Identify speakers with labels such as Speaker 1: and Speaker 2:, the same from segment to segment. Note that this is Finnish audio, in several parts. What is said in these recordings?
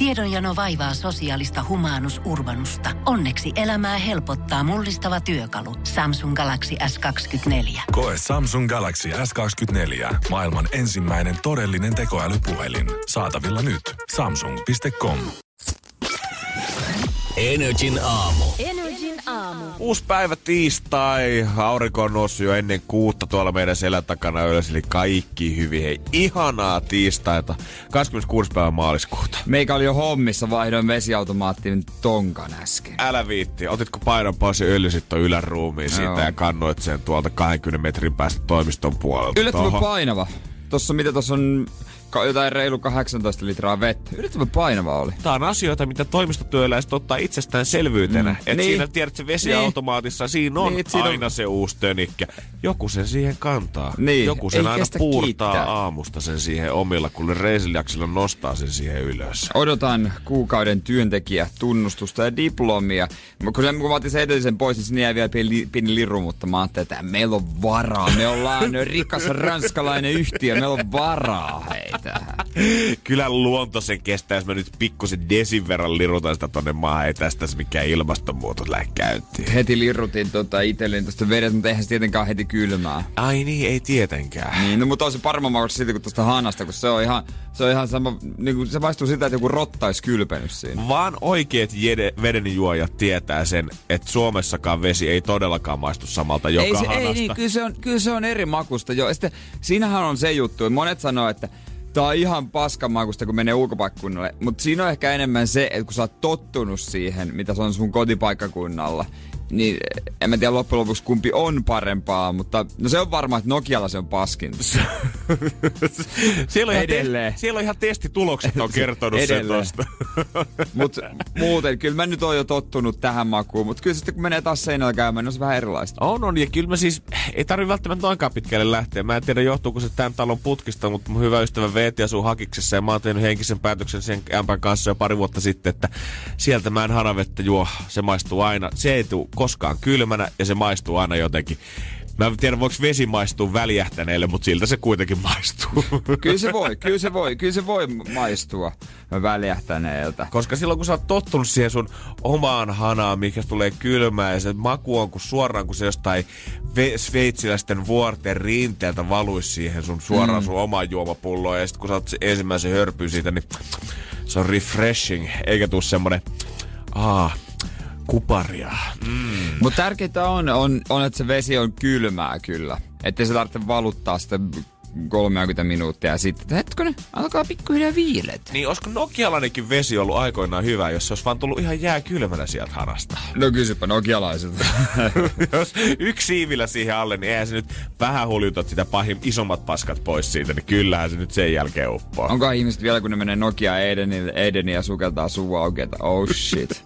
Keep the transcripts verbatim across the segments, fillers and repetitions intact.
Speaker 1: Tiedonjano vaivaa sosiaalista humanus urbanusta. Onneksi elämää helpottaa mullistava työkalu. Samsung Galaxy S kaksikymmentäneljä.
Speaker 2: Koe Samsung Galaxy S kaksikymmentäneljä. Maailman ensimmäinen todellinen tekoälypuhelin. Saatavilla nyt. Samsung piste com.
Speaker 3: Energin aamu.
Speaker 4: Energin aamu.
Speaker 5: Uusi päivä tiistai. Aurinko on noussut jo ennen kuutta tuolla meidän selän takana ylös. Eli kaikki hyvin. Hei, ihanaa tiistaita. kahdeskymmeneskuudes päivä maaliskuuta.
Speaker 6: Meikä oli jo hommissa. Vaihdoin vesiautomaattiin tonkan äsken.
Speaker 5: Älä viitti. Otitko painon pois ja öljysit ton yläruumiin siitä
Speaker 6: Joo.
Speaker 5: ja kannoit sen tuolta kahdenkymmenen metrin päästä toimiston puolelta?
Speaker 6: Yllättävän painava. Tossa mitä tossa on jotain reilu kahdeksantoista litraa vettä. Yllättävän painava oli.
Speaker 5: Tää on asioita, mitä toimistotyöläiset ottaa itsestäänselvyytenä. Mm. Että
Speaker 6: niin.
Speaker 5: siinä tiedät, se vesiautomaatissa, niin. siinä on
Speaker 6: niin, siinä
Speaker 5: aina
Speaker 6: on...
Speaker 5: se uusi tönikkä. Joku sen siihen kantaa.
Speaker 6: Niin.
Speaker 5: Joku sen
Speaker 6: Ei
Speaker 5: aina
Speaker 6: kestä
Speaker 5: puurtaa
Speaker 6: kiittää.
Speaker 5: aamusta sen siihen omilla, kun reisilijaksilla nostaa sen siihen ylös.
Speaker 6: Odotan kuukauden työntekijä tunnustusta ja diplomia. Kun, kun mä otin sen edellisen pois, niin sinne jäi vielä pieni, pieni liru, mutta mä ajattelin, että meillä on varaa. Me ollaan rikas ranskalainen yhtiö, meillä on varaa heitä.
Speaker 5: Kyllä luonto sen kestää, jos mä nyt pikkusen desin verran lirutan sitä tonne maahan. Ei tästä mikään ilmastonmuutos lähde käyntiin.
Speaker 6: Heti lirutin tota itselleni tosta vedet, mutta eihän se tietenkään heti kylmää.
Speaker 5: Ai niin, ei tietenkään.
Speaker 6: Niin, no mutta on se paremman makuista siitä kuin tosta hanasta, kun se on ihan, se on ihan sama, niin kuin se maistuu sitä, että joku rotta olisi kylpenyt siinä.
Speaker 5: Vaan oikeat jede, vedenjuojat tietää sen, että Suomessakaan vesi ei todellakaan maistu samalta joka
Speaker 6: ei se,
Speaker 5: hanasta.
Speaker 6: Ei niin, kyllä se on, kyllä se on eri makusta. Jo. Sitten, siinähän on se juttu, monet sanoo, että tää on ihan paskan makusta, kun menee ulkopaikkakunnalle. Mutta siinä on ehkä enemmän se, että kun sä oot tottunut siihen, mitä se on sun kotipaikkakunnalla, niin en mä tiedä loppujen lopuksi kumpi on parempaa, mutta no se on varmaan, että Nokialla se on paskin.
Speaker 5: siellä, on
Speaker 6: Edelleen.
Speaker 5: te- siellä on ihan testitulokset on kertonut sen tosta.
Speaker 6: Mut muuten, kyllä mä nyt oon jo tottunut tähän makuun, mutta kyllä sitten kun menee taas seinällä käymään, niin on se vähän erilaista.
Speaker 5: On, on, ja kyllä mä siis, ei tarvi välttämättä noinkaan pitkälle lähteä. Mä en tiedä johtuuko se tämän talon putkista, mutta mun hyvä ystävä Veeti asuu Hakiksessa ja mä oon tehnyt henkisen päätöksen sen ämpän kanssa jo pari vuotta sitten, että sieltä mä en hanavettä juo. Se maistuu aina, se ei tule koskaan kylmänä ja se maistuu aina jotenkin. Mä en tiedä, voiko vesi maistua väljähtäneelle, mutta siltä se kuitenkin maistuu.
Speaker 6: Kyllä se voi, kyllä se voi, kyllä se voi maistua väljähtäneeltä.
Speaker 5: Koska silloin, kun sä oot tottunut siihen sun omaan hanaan, mikä tulee kylmää, ja se maku on kun suoraan, kun se jostain ve- sveitsiläisten vuorten rinteeltä valuisi siihen sun suoraan mm. sun omaan juomapulloon, ja sit kun sä oot ensimmäisen hörpyyn siitä, niin se on refreshing, eikä tuu semmonen aah, kuparia. Mm.
Speaker 6: Mutta tärkeintä on, on, on, että se vesi on kylmää kyllä. Ettei se tarvitse valuttaa sitä kolmekymmentä minuuttia ja sitten, että hetkonen, alkaa pikkuhiljaa viilet.
Speaker 5: Niin, olisiko nokialainenkin vesi ollut aikoinaan hyvä, jos se olisi vaan tullut ihan jääkylmänä sieltä hanasta?
Speaker 6: No kysypä nokialaisilta.
Speaker 5: Jos yksi siivilä siihen alle, niin eihän se nyt vähän huljutat sitä pahim, isommat paskat pois siitä, niin kyllähän se nyt sen jälkeen uppoo.
Speaker 6: Onko ihmiset vielä, kun ne menee Nokia Edenille, Edeniin ja sukeltaa suu auki, että oh shit.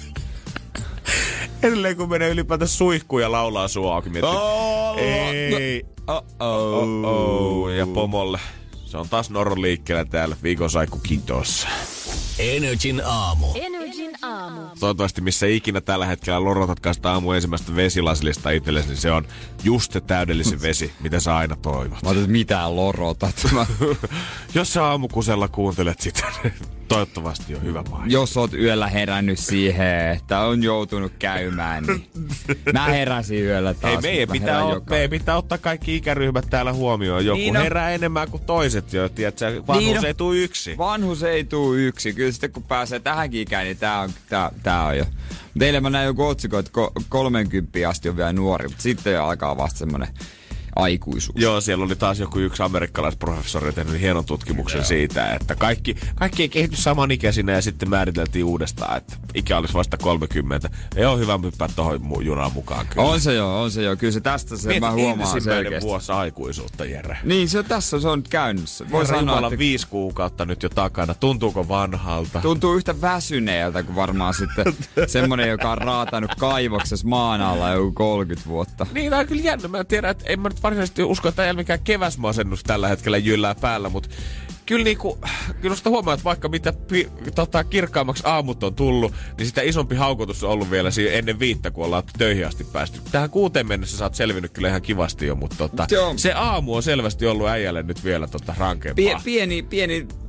Speaker 5: Edelleen kun menee ylipäätään suihkuun ja laulaa suu auki, miettii,
Speaker 6: Oh,
Speaker 5: ei,
Speaker 6: oh, oh,
Speaker 5: oh, oh, ja pomolle. Se on taas Norron liikkeellä täällä, viikon saikku kiitos.
Speaker 3: Energin aamu.
Speaker 4: Energin aamu.
Speaker 5: Toivottavasti missä ikinä tällä hetkellä lorotatkaan sitä aamu ensimmäistä vesilasillista itsellesi, niin se on just se täydellisen vesi, mitä sä aina toivot.
Speaker 6: Mä otan, mitään lorotat.
Speaker 5: Jos sä aamukusella kuuntelet sitä, niin toivottavasti on hyvä paikka.
Speaker 6: Jos oot yöllä herännyt siihen, että on joutunut käymään, niin mä heräsin yöllä taas.
Speaker 5: Hei, meidän pitää, o- meidän pitää ottaa kaikki ikäryhmät täällä huomioon. Joku niin herää enemmän kuin toiset jo, tiedätkö? Vanhus niin ei tuu yksi.
Speaker 6: Vanhus ei tuu yksi. Kyllä sitten kun pääsee tähänkin ikään, niin tää on, tää, tää on jo. Teille mä näin joku otsikko, että kolmekymmentä asti on vielä nuori, mutta sitten jo alkaa vasta semmonen aikuisuus.
Speaker 5: Joo, siellä oli taas joku yksi amerikkalaisprofessori tehnyt hienon tutkimuksen Joo. siitä, että kaikki, kaikki ei kehity samanikäisinä ja sitten määriteltiin uudestaan, että ikä olisi vasta kolmekymmentä. Ei ole hyvä hyppää tohon junaan mukaan kyllä.
Speaker 6: On se joo, on se joo. Kyllä se tästä se
Speaker 5: Mietin
Speaker 6: mä huomaan
Speaker 5: ensimmäinen
Speaker 6: selkeästi.
Speaker 5: vuosi aikuisuutta, Jere.
Speaker 6: Niin, se on tässä se on nyt käynnissä.
Speaker 5: Voi sanoa, että viisi kuukautta nyt jo takana. Tuntuuko vanhalta?
Speaker 6: Tuntuu yhtä väsyneeltä kuin varmaan sitten semmonen, joka on raatanut kaivoksessa maan alla joku kolmekymmentä vuotta.
Speaker 5: Niin, tää on kyllä jännä. Mä tiedän, että en mä nyt varsinaisesti usko, että ei ole mikään keväsmasennus tällä hetkellä jyllää päällä, mutta kyllä niinku, kyllä sitä huomaa, että vaikka mitä pi, tota, kirkkaammaksi aamut on tullut, niin sitä isompi haukotus on ollut vielä ennen viittä, kun ollaan töihin asti päästy. Tähän kuuteen mennessä sä oot selvinnyt kyllä ihan kivasti jo, mutta tota, se aamu on selvästi ollut äijälle nyt vielä tota, rankempaa.
Speaker 6: Pie, pieni, pieni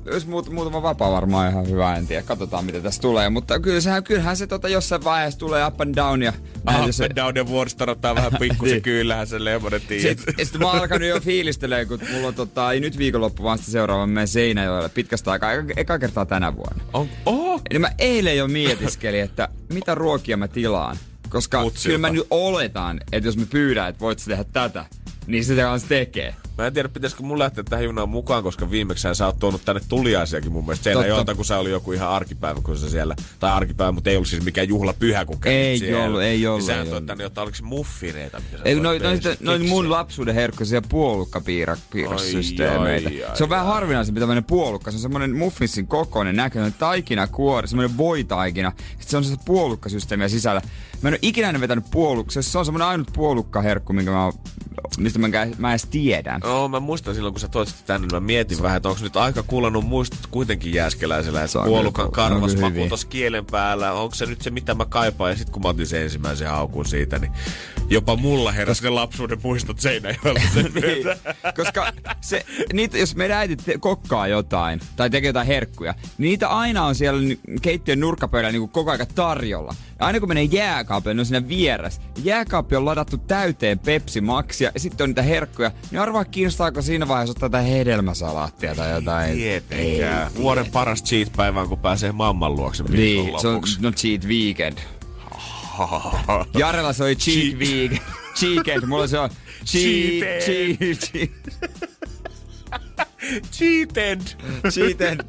Speaker 6: jos muut, muutama vapaa varmaan ihan hyvä, en tiedä. Katsotaan mitä tässä tulee. Mutta kyllähän, kyllähän se tota, jossain vaiheessa tulee up and down. Ja
Speaker 5: up se... and down ja vuodesta ottaa vähän pikkusen niin. Kyyllähän se Lemmonen tiedät.
Speaker 6: Sitten sit mä oon alkanut jo fiilistelee, kun mulla on tota, ei nyt viikonloppu, vaan sitten seuraavan menen Seinäjoelle pitkästä aikaa. Eka, eka kertaa tänä vuonna.
Speaker 5: On, oh.
Speaker 6: Eli mä eilen jo mietiskelin, että mitä ruokia mä tilaan. Koska Mutsilta. Kyllä mä nyt oletan, että jos me pyydän, että voit sä tehdä tätä, niin sitä kanssa tekee.
Speaker 5: Mä en tiedä, pitäisikö mun lähteä tähän junaan mukaan, koska viimeksi sä oot tuonut tänne tuliaisiakin mun mielestä. Siellä ei olta, kun sä oli joku ihan arkipäivä, kun sä siellä, tai arkipäivä, mutta ei ollut siis mikään juhlapyhä, kun kävit
Speaker 6: ei
Speaker 5: siellä.
Speaker 6: Ollut, ei ollut,
Speaker 5: niin
Speaker 6: ei
Speaker 5: sä
Speaker 6: ollut.
Speaker 5: tänne, jotta oliko se muffineita, mitä sä
Speaker 6: ei, noin no, no, no, mun lapsuuden herkkuisia puolukkapiirrassysteemeitä. Se on vähän harvinaisempi tämmönen puolukka. Se on semmonen muffinsin kokoinen näköinen taikinakuori, semmonen voitaikina. Sitten se on se puolukkasysteemiä sisällä. Mä en ole ikinä vetänyt puolukka. Se on semmonen ainut puolukkaherkku, minkä mä, mistä mä, mä edes tiedän.
Speaker 5: No, mä muistan silloin, kun sä toit sitä tänne, niin mä mietin vähän, että onko nyt aika kuulannut muistot kuitenkin Jääskeläisellä, että puolukan karvasmaku tossa kielen päällä, onko se nyt se, mitä mä kaipaan, ja sit kun mä otin sen ensimmäisen haukun siitä, niin jopa mulla heräsi ne lapsuuden muistot Seinäjoella sen myötä.
Speaker 6: Koska se, niitä, jos meidän äitit te, kokkaa jotain, tai tekee jotain herkkuja, niin niitä aina on siellä keittiön nurkkapöydällä niin koko aika tarjolla. Ja aina kun menee jääkaapille, ne on siinä vieressä. Jääkaappi on ladattu täyteen Pepsi Maxia, ja sitten on niitä herkkuja. Niin arvaa, kiinnostaako siinä vaiheessa ottaa jotain hedelmäsalaattia tai jotain.
Speaker 5: Tietenkään. Vuoden ei. Paras cheat-päivä on, kun pääsee mamman luokse
Speaker 6: niin, se on no cheat weekend. Jarella se oli cheat, cheat. weekend. Cheekend, mulla se on cheat, cheat, cheat.
Speaker 5: Cheated.
Speaker 6: Cheated.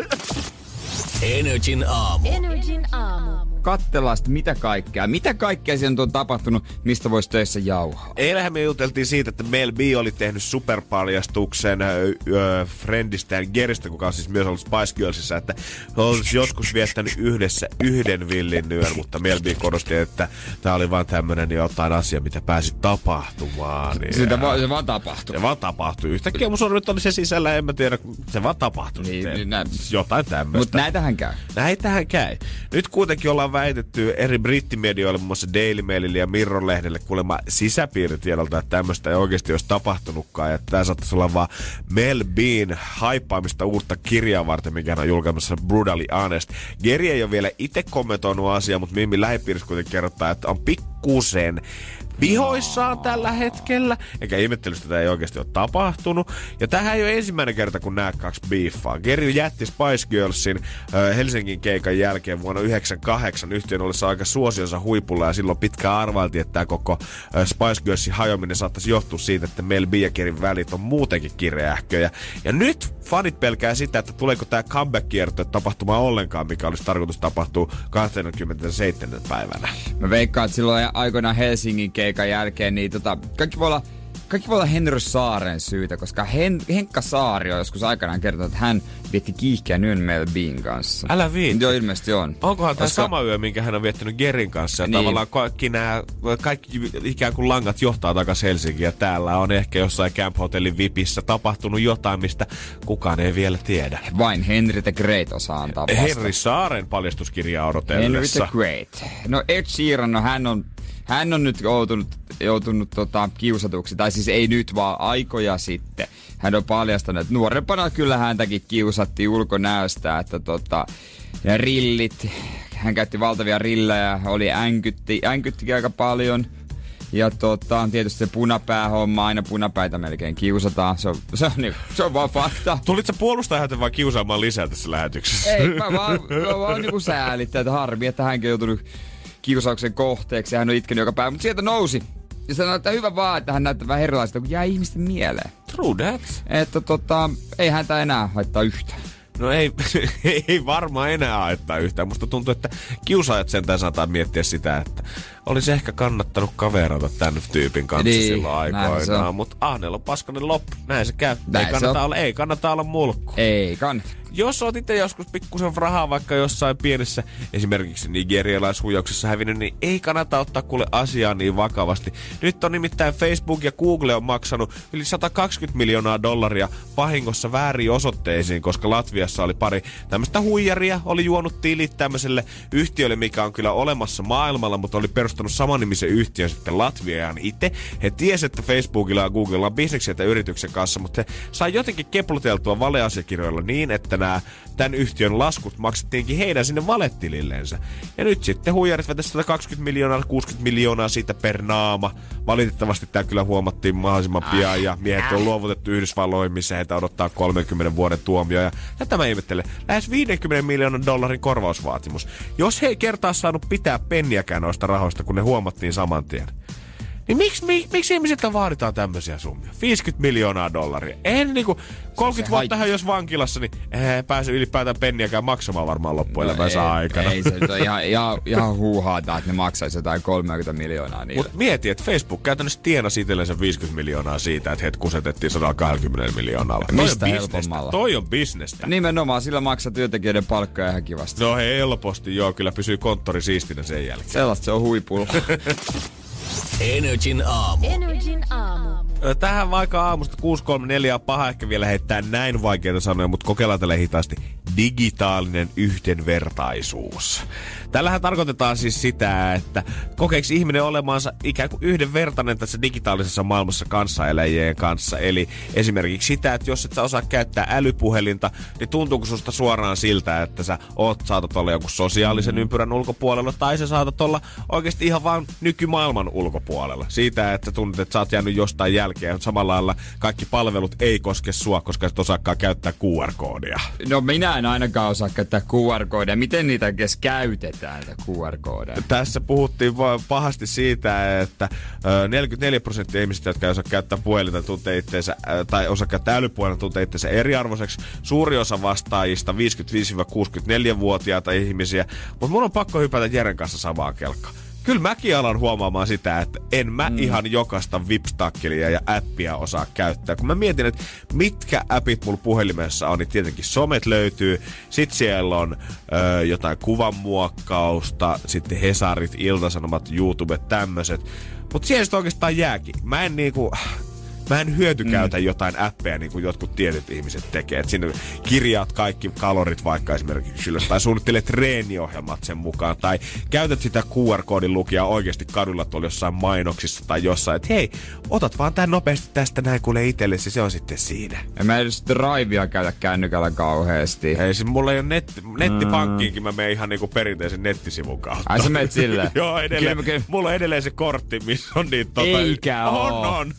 Speaker 3: Energin aamu.
Speaker 4: Energin aamu.
Speaker 6: Katsellaan mitä kaikkea. Mitä kaikkea siellä on tapahtunut, mistä voisi töissä jauhaa?
Speaker 5: Eilähän me juteltiin siitä, että Mel B oli tehnyt superpaljastuksen öö, Friendistään Geristä, kuka on siis myös ollut Spice Girlsissa, että olisi joskus viettänyt yhdessä yhden villin yön, mutta Mel B korosti, että tämä oli vaan tämmönen jotain asia, mitä pääsi tapahtumaan. Niin
Speaker 6: Sitä va- se vaan tapahtui.
Speaker 5: Se vaan tapahtui. Yhtäkkiä mun sormet oli se sisällä, en mä tiedä, se vaan tapahtui.
Speaker 6: Niin, niin, nä-
Speaker 5: jotain tämmöistä.
Speaker 6: Mutta näitähän käy.
Speaker 5: Näitähän käy. Nyt kuitenkin ollaan väitetty eri brittimedioille, muun muassa Daily Mailille ja Mirror-lehdelle kuulemma sisäpiiritiedolta, että tämmöistä ei oikeasti olisi tapahtunutkaan. Ja tämä saattaisi olla vaan Mel B:n haippaamista uutta kirjaa varten, mikä hän on julkaimassa Brutally Honest. Geri ei ole vielä itse kommentoinut asiaa, mutta Mimmin lähipiirissä kuitenkin kerrotaan, että on pikkusen vihoissaan tällä hetkellä, eikä ihmettelystä tätä ei oikeasti ole tapahtunut. Ja tämähän ei ole ensimmäinen kerta, kun nämä kaksi biiffaa. Geri jätti Spice Girlsin äh, Helsingin keikan jälkeen vuonna yhdeksänkymmentäkahdeksan yhtiön ollessa aika suosionsa huipulla, ja silloin pitkään arvailtiin, että tämä koko äh, Spice Girlsin hajoaminen saattaisi johtua siitä, että Mel B ja Gerin välit on muutenkin kireähköjä. Ja nyt fanit pelkää sitä, että tuleeko tämä comeback-kierto tapahtumaan ollenkaan, mikä olisi tarkoitus tapahtua kaksikymmentäseitsemän päivänä.
Speaker 6: Mä veikkaan, että silloin aikoinaan Helsingin keikan jälkeen, niin tota, kaikki voi olla, kaikki voi olla Henry Saaren syytä, koska Hen, Henkka Saari on joskus aikanaan kertonut, että hän vietti kiihkeän yön Mel B:n kanssa.
Speaker 5: Älä viitti.
Speaker 6: Joo, ilmeisesti on.
Speaker 5: Onkohan tämä koska sama yö, minkä hän on viettänyt Gerin kanssa, ja niin. Tavallaan kaikki nämä, kaikki ikään kuin langat johtaa takaisin Helsinkiin, ja täällä on ehkä jossain Camp Hotellin vipissä tapahtunut jotain, mistä kukaan ei vielä tiedä.
Speaker 6: Vain Henry the Great osaa antaa vasta.
Speaker 5: Henry Saaren paljastuskirjaa odotellessa.
Speaker 6: Henry the Great. No Ed Sheeran, no hän on Hän on nyt joutunut, joutunut tota, kiusatuksi, tai siis ei nyt, vaan aikoja sitten. Hän on paljastanut, että nuorempana kyllä häntäkin kiusattiin ulkonäöstä, että tota, ja rillit, hän käytti valtavia rillejä, oli änkytti, änkyttikin aika paljon. Ja tota, tietysti se punapäähomma, aina punapäitä melkein kiusataan, se on, se on, niin, se on vaan fakta.
Speaker 5: Tulitko sä puolustaa häntä vaan kiusaamaan lisää tässä lähetyksessä?
Speaker 6: Ei, mä vaan, mä vaan niin säälittää, että harmi, että hänkin on joutunut kiusauksen kohteeksi ja hän on itkenyt joka päivä, mutta sieltä nousi. Ja sanoi, että hyvä vaan, että hän näyttää vähän erilaiselta, kun jää ihmisten mieleen.
Speaker 5: True that.
Speaker 6: Että tota, ei häntä enää haittaa yhtään.
Speaker 5: No ei, ei varmaan enää haittaa yhtään. Musta tuntuu, että kiusaajat sentään saattaa miettiä sitä, että olisi ehkä kannattanut kaverata tämän tyypin kanssa niin, silloin aikoinaan. Mutta Ahnella on paskanen loppu. Näin se käy. Näin ei, kannata olla, ei kannata olla mulkku.
Speaker 6: Ei kannata.
Speaker 5: Jos oot itse joskus pikkusen rahaa vaikka jossain pienessä, esimerkiksi nigerialaishuijauksessa hävinnyt, niin ei kannata ottaa kuule asiaa niin vakavasti. Nyt on nimittäin Facebook ja Google on maksanut yli sata kaksikymmentä miljoonaa dollaria vahingossa väärin osoitteisiin, koska Latviassa oli pari tämmöistä huijaria, oli juonut tilit tämmöiselle yhtiölle, mikä on kyllä olemassa maailmalla, mutta oli perustanut perustanut samannimisen yhtiön sitten Latviaan itse. He tiesivät, että Facebookilla ja Googlella on bisneksiä tämän yrityksen kanssa, mutta he sai jotenkin keploteltua valeasiakirjoilla niin, että nämä tämän yhtiön laskut maksettiinkin heidän sinne valettilillensä. Ja nyt sitten huijarit vetäisi sata kaksikymmentä miljoonaa, kuusikymmentä miljoonaa siitä per naama. Valitettavasti tämä kyllä huomattiin mahdollisimman pian ja miehet on luovutettu Yhdysvalloihin, missä heitä odottaa kolmenkymmenen vuoden tuomio. Ja tätä mä ihmettelen. Lähes viidenkymmenen miljoonan dollarin korvausvaatimus. Jos he ei kertaa saanut pitää penniäkään noista rahoista, kun ne huomattiin saman tien. Niin miksi, miksi, miksi ihmisiltä vaaditaan tämmöisiä summia? viisikymmentä miljoonaa dollaria. En niinku, kolmekymmentä vuotta hän jos vankilassa, niin ei pääse ylipäätään penniäkään maksamaan varmaan loppuelämänsä no aikana.
Speaker 6: Ei se on ihan, ihan, ihan huuhaata, että ne maksaisi jotain kolmekymmentä miljoonaa niille.
Speaker 5: Mut mieti, että Facebook käytännössä tienasi itsellensä viisikymmentä miljoonaa siitä, että heitä kusetettiin sata kaksikymmentä miljoonalla.
Speaker 6: Mistä helpommalla?
Speaker 5: Toi on bisnestä.
Speaker 6: Nimenomaan, sillä maksaa työntekijöiden palkkoja ihan kivasti.
Speaker 5: No helposti, joo, kyllä pysyy konttori siistinä sen jälkeen.
Speaker 6: Sellaista se on huipulla.
Speaker 3: Energin aamu.
Speaker 4: Energin aamu.
Speaker 5: Tähän vaikka aamusta kuusi kolme neljä on paha ehkä vielä heittää näin vaikeita sanoja, mutta kokeillaan tälle hitaasti. Digitaalinen yhdenvertaisuus. Tällähän tarkoitetaan siis sitä, että kokeeksi ihminen olemansa ikään kuin yhdenvertainen tässä digitaalisessa maailmassa kanssaeläjien kanssa. Eli esimerkiksi sitä, että jos et sä osaa käyttää älypuhelinta, niin tuntuuko susta suoraan siltä, että sä oot, saatat olla joku sosiaalisen ympyrän ulkopuolella, tai sä saatat olla oikeasti ihan vaan nykymaailman ulkopuolella. Siitä, että tunnet, että sä oot jäänyt jostain jälkeen, mutta samalla lailla kaikki palvelut ei koske sua, koska et osaakaan käyttää Q R-koodia.
Speaker 6: No minä en ainakaan osaa käyttää Q R-koodia. Miten niitä edes käytetään, niitä Q R-koodeja?
Speaker 5: Tässä puhuttiin pahasti siitä, että neljäkymmentäneljä prosenttia ihmisistä, jotka ei osaa käyttää puhelinta, tuntee itseensä, tai osaa käyttää älypuhelinta, tuntee itseensä eriarvoiseksi. Suuri osa vastaajista viisikymmentäviisi kuusikymmentäneljä-vuotiaita ihmisiä. Mutta mun on pakko hypätä Jeren kanssa samaan kelkkaan. Kyllä mäkin alan huomaamaan sitä, että en mä mm. ihan jokaista vipstakkelia ja appia osaa käyttää. Kun mä mietin, että mitkä appit mulla puhelimessa on, niin tietenkin somet löytyy. Sitten siellä on ö, jotain kuvanmuokkausta, sitten Hesarit, Ilta-Sanomat, YouTube, tämmöset. Mutta siellä sitten oikeastaan jääkin. Mä en niinku... Mä en hyötykäytä mm. jotain appeja, niin kuin jotkut tietyt ihmiset tekee. Et sinne kirjaat kaikki kalorit vaikka esimerkiksi ylös, tai suunnittelet treeniohjelmat sen mukaan, tai käytät sitä Q R-koodin lukijaa oikeasti kadulla tuolla jossain mainoksissa tai jossain, että hei, otat vaan tän nopeasti tästä näin kuule itsellesi, se on sitten siinä.
Speaker 6: En mä edes Drivea käytä kännykällä kauheasti.
Speaker 5: Ei, siis mulla ei ole netti, nettipankkiinkin, mä menen ihan niinku perinteisen nettisivun kautta.
Speaker 6: Ai sä menet silleen?
Speaker 5: Joo, edelleen. Kyllä, kyllä. Mulla on edelleen se kortti, missä on niitä... Tota,
Speaker 6: Eikä
Speaker 5: on,
Speaker 6: oo.
Speaker 5: on.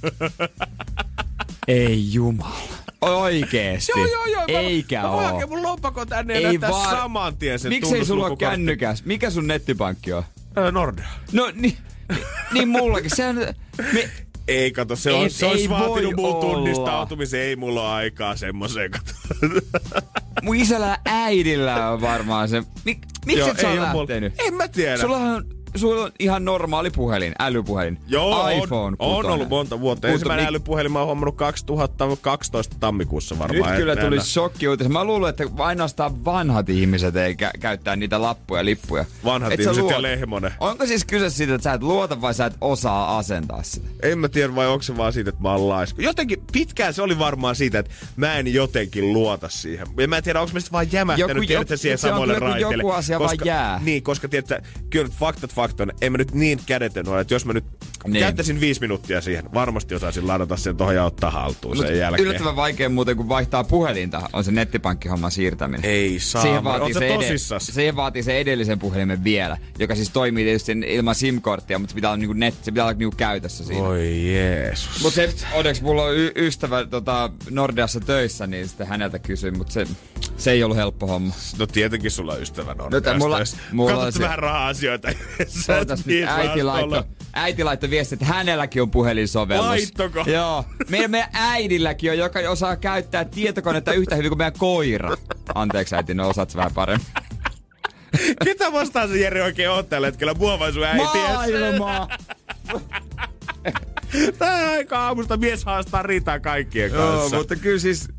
Speaker 6: Ei jumala. Oikeesti.
Speaker 5: Joo, joo, joo.
Speaker 6: Eikä
Speaker 5: mä,
Speaker 6: oo.
Speaker 5: Mä voin mun lompakon tänne ja
Speaker 6: ei
Speaker 5: näyttää
Speaker 6: vaan...
Speaker 5: saman tien sen
Speaker 6: Miksei sulla ole kännykäs? Mikä sun nettipankki on?
Speaker 5: Öö, Nordea.
Speaker 6: No niin, niin mullakin. Sehän... Me...
Speaker 5: Ei kato, se, on,
Speaker 6: Et,
Speaker 5: se olisi vaatinut mun
Speaker 6: olla.
Speaker 5: tunnistautumisen. Ei mulla ole aikaa semmoseen, kato.
Speaker 6: Mun isällä ja äidillä on varmaan se. Mik, miksi
Speaker 5: Joo,
Speaker 6: et sä
Speaker 5: ei
Speaker 6: ole
Speaker 5: ole
Speaker 6: lähtenyt?
Speaker 5: Mulla. En mä tiedä.
Speaker 6: Sullahan on, sulla on ihan normaali puhelin, älypuhelin.
Speaker 5: Joo,
Speaker 6: iPhone
Speaker 5: on, on ollut monta vuotta.
Speaker 6: Kuto,
Speaker 5: Ensimmäinen
Speaker 6: mi-
Speaker 5: älypuhelin mä oon huomannut kaksituhattakaksitoista tammikuussa varmaan.
Speaker 6: Nyt kyllä tuli
Speaker 5: enää.
Speaker 6: shokki uutis. Mä luulen, että ainoastaan vanhat ihmiset ei kä- käyttää niitä lappuja, lippuja.
Speaker 5: Vanhat
Speaker 6: et
Speaker 5: ihmiset
Speaker 6: luota.
Speaker 5: ja Lehmonen.
Speaker 6: Onko siis kyse siitä, että sä et luota vai sä et osaa asentaa sitä?
Speaker 5: En mä tiedä, vai onko se vaan siitä, että mä oon laiska. Jotenkin pitkään se oli varmaan siitä, että mä en jotenkin luota siihen. Ja mä en tiedä, onko mä sitten vaan jämähtänyt,
Speaker 6: Joku-
Speaker 5: tiedätkö,
Speaker 6: joku-
Speaker 5: siihen
Speaker 6: se on
Speaker 5: samoille
Speaker 6: kyllä, kun
Speaker 5: raiteille.
Speaker 6: joku asia
Speaker 5: koska,
Speaker 6: vaan jää.
Speaker 5: Niin, koska tiedätkö, kyllä nyt faktat faktoina. En mä nyt niin kädetön ole, että jos mä nyt
Speaker 6: Niin.
Speaker 5: käyttäisin viisi minuuttia siihen, varmasti osaisin ladata sen tohon ja ottaa haltuun
Speaker 6: Mut
Speaker 5: sen jälkeen.
Speaker 6: yllättävän vaikea muuten, kun vaihtaa puhelinta, on se nettipankkihomman siirtäminen.
Speaker 5: Ei saa.
Speaker 6: Siihen vaatii,
Speaker 5: se
Speaker 6: se
Speaker 5: tosissas?
Speaker 6: siihen vaatii se edellisen puhelimen vielä, joka siis toimii tietysti ilman SIM-korttia, mutta se pitää olla, niinku net, se pitää olla niinku käytössä siinä.
Speaker 5: Oi Jeesus.
Speaker 6: Mutta se, onneksi mulla on y- ystävä tota, Nordeassa töissä, niin sitten häneltä kysyin, mutta se, se ei ollut helppo homma.
Speaker 5: No tietenkin sulla on ystävän on.
Speaker 6: No, tää mulla- mulla on
Speaker 5: Katsot
Speaker 6: se-
Speaker 5: vähän raha-asioita. Sä oot
Speaker 6: Ootas,
Speaker 5: niin
Speaker 6: äiti, laitto,
Speaker 5: rahastolla.
Speaker 6: äiti laittoi viesti, että hänelläkin on puhelinsovellus.
Speaker 5: Laittoko?
Speaker 6: Joo. Meidän, meidän äidilläkin on, joka osaa käyttää tietokonetta yhtä hyvin kuin meidän koira. Anteeksi äiti, no osaat vähän paremmin.
Speaker 5: Ketä vastaan se Jere oikein oot tällä hetkellä? Mua vai sun äitiä?
Speaker 6: Maailmaa!
Speaker 5: Tää aika aamusta mies haastaa riitaa kaikkien
Speaker 6: Joo,
Speaker 5: kanssa.
Speaker 6: mutta kyllä siis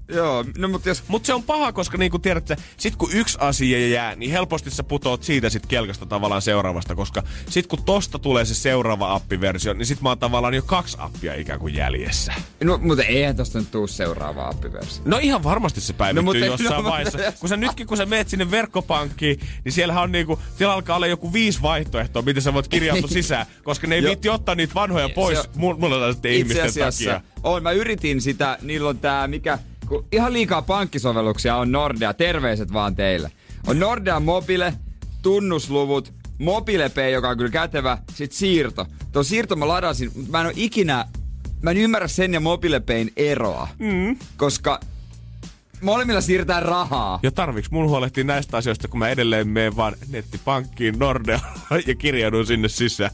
Speaker 6: Joo, no mut jos...
Speaker 5: Mut se on paha, koska niinku tiedätkö, sit kun yksi asia jää, niin helposti sä putoot siitä sit kelkasta tavallaan seuraavasta, koska sit kun tosta tulee se seuraava appiversio, niin sit mä oon tavallaan jo kaksi appia ikään kuin jäljessä.
Speaker 6: No, mutta eihän tosta nyt tuu seuraava appiversio.
Speaker 5: No ihan varmasti se päivittyy no, jossain
Speaker 6: no,
Speaker 5: vaiheessa.
Speaker 6: Mutta...
Speaker 5: Kun sä nytkin, kun sä meet sinne verkkopankkiin, niin siellähän on niinku, siellä alkaa olla joku viisi vaihtoehtoa, miten sä voit kirjautua sisään, koska ne ei viitti ottaa niitä vanhoja pois se, mulla sitten ihmisten takia.
Speaker 6: On, mä yritin sitä, niillä on tää mikä, kun ihan liikaa pankkisovelluksia on Nordea, terveiset vaan teille. On Nordea Mobile, tunnusluvut, Mobile Pay, joka on kyllä kätevä, sit siirto. Tuo siirto mä ladasin, mutta mä en oo ikinä, mä en ymmärrä sen ja Mobile Payn eroa, mm. koska molemmilla siirretään rahaa.
Speaker 5: Ja tarviks mun huolehtia näistä asioista, kun mä edelleen menen vaan nettipankkiin Nordea ja kirjaudun sinne sisään.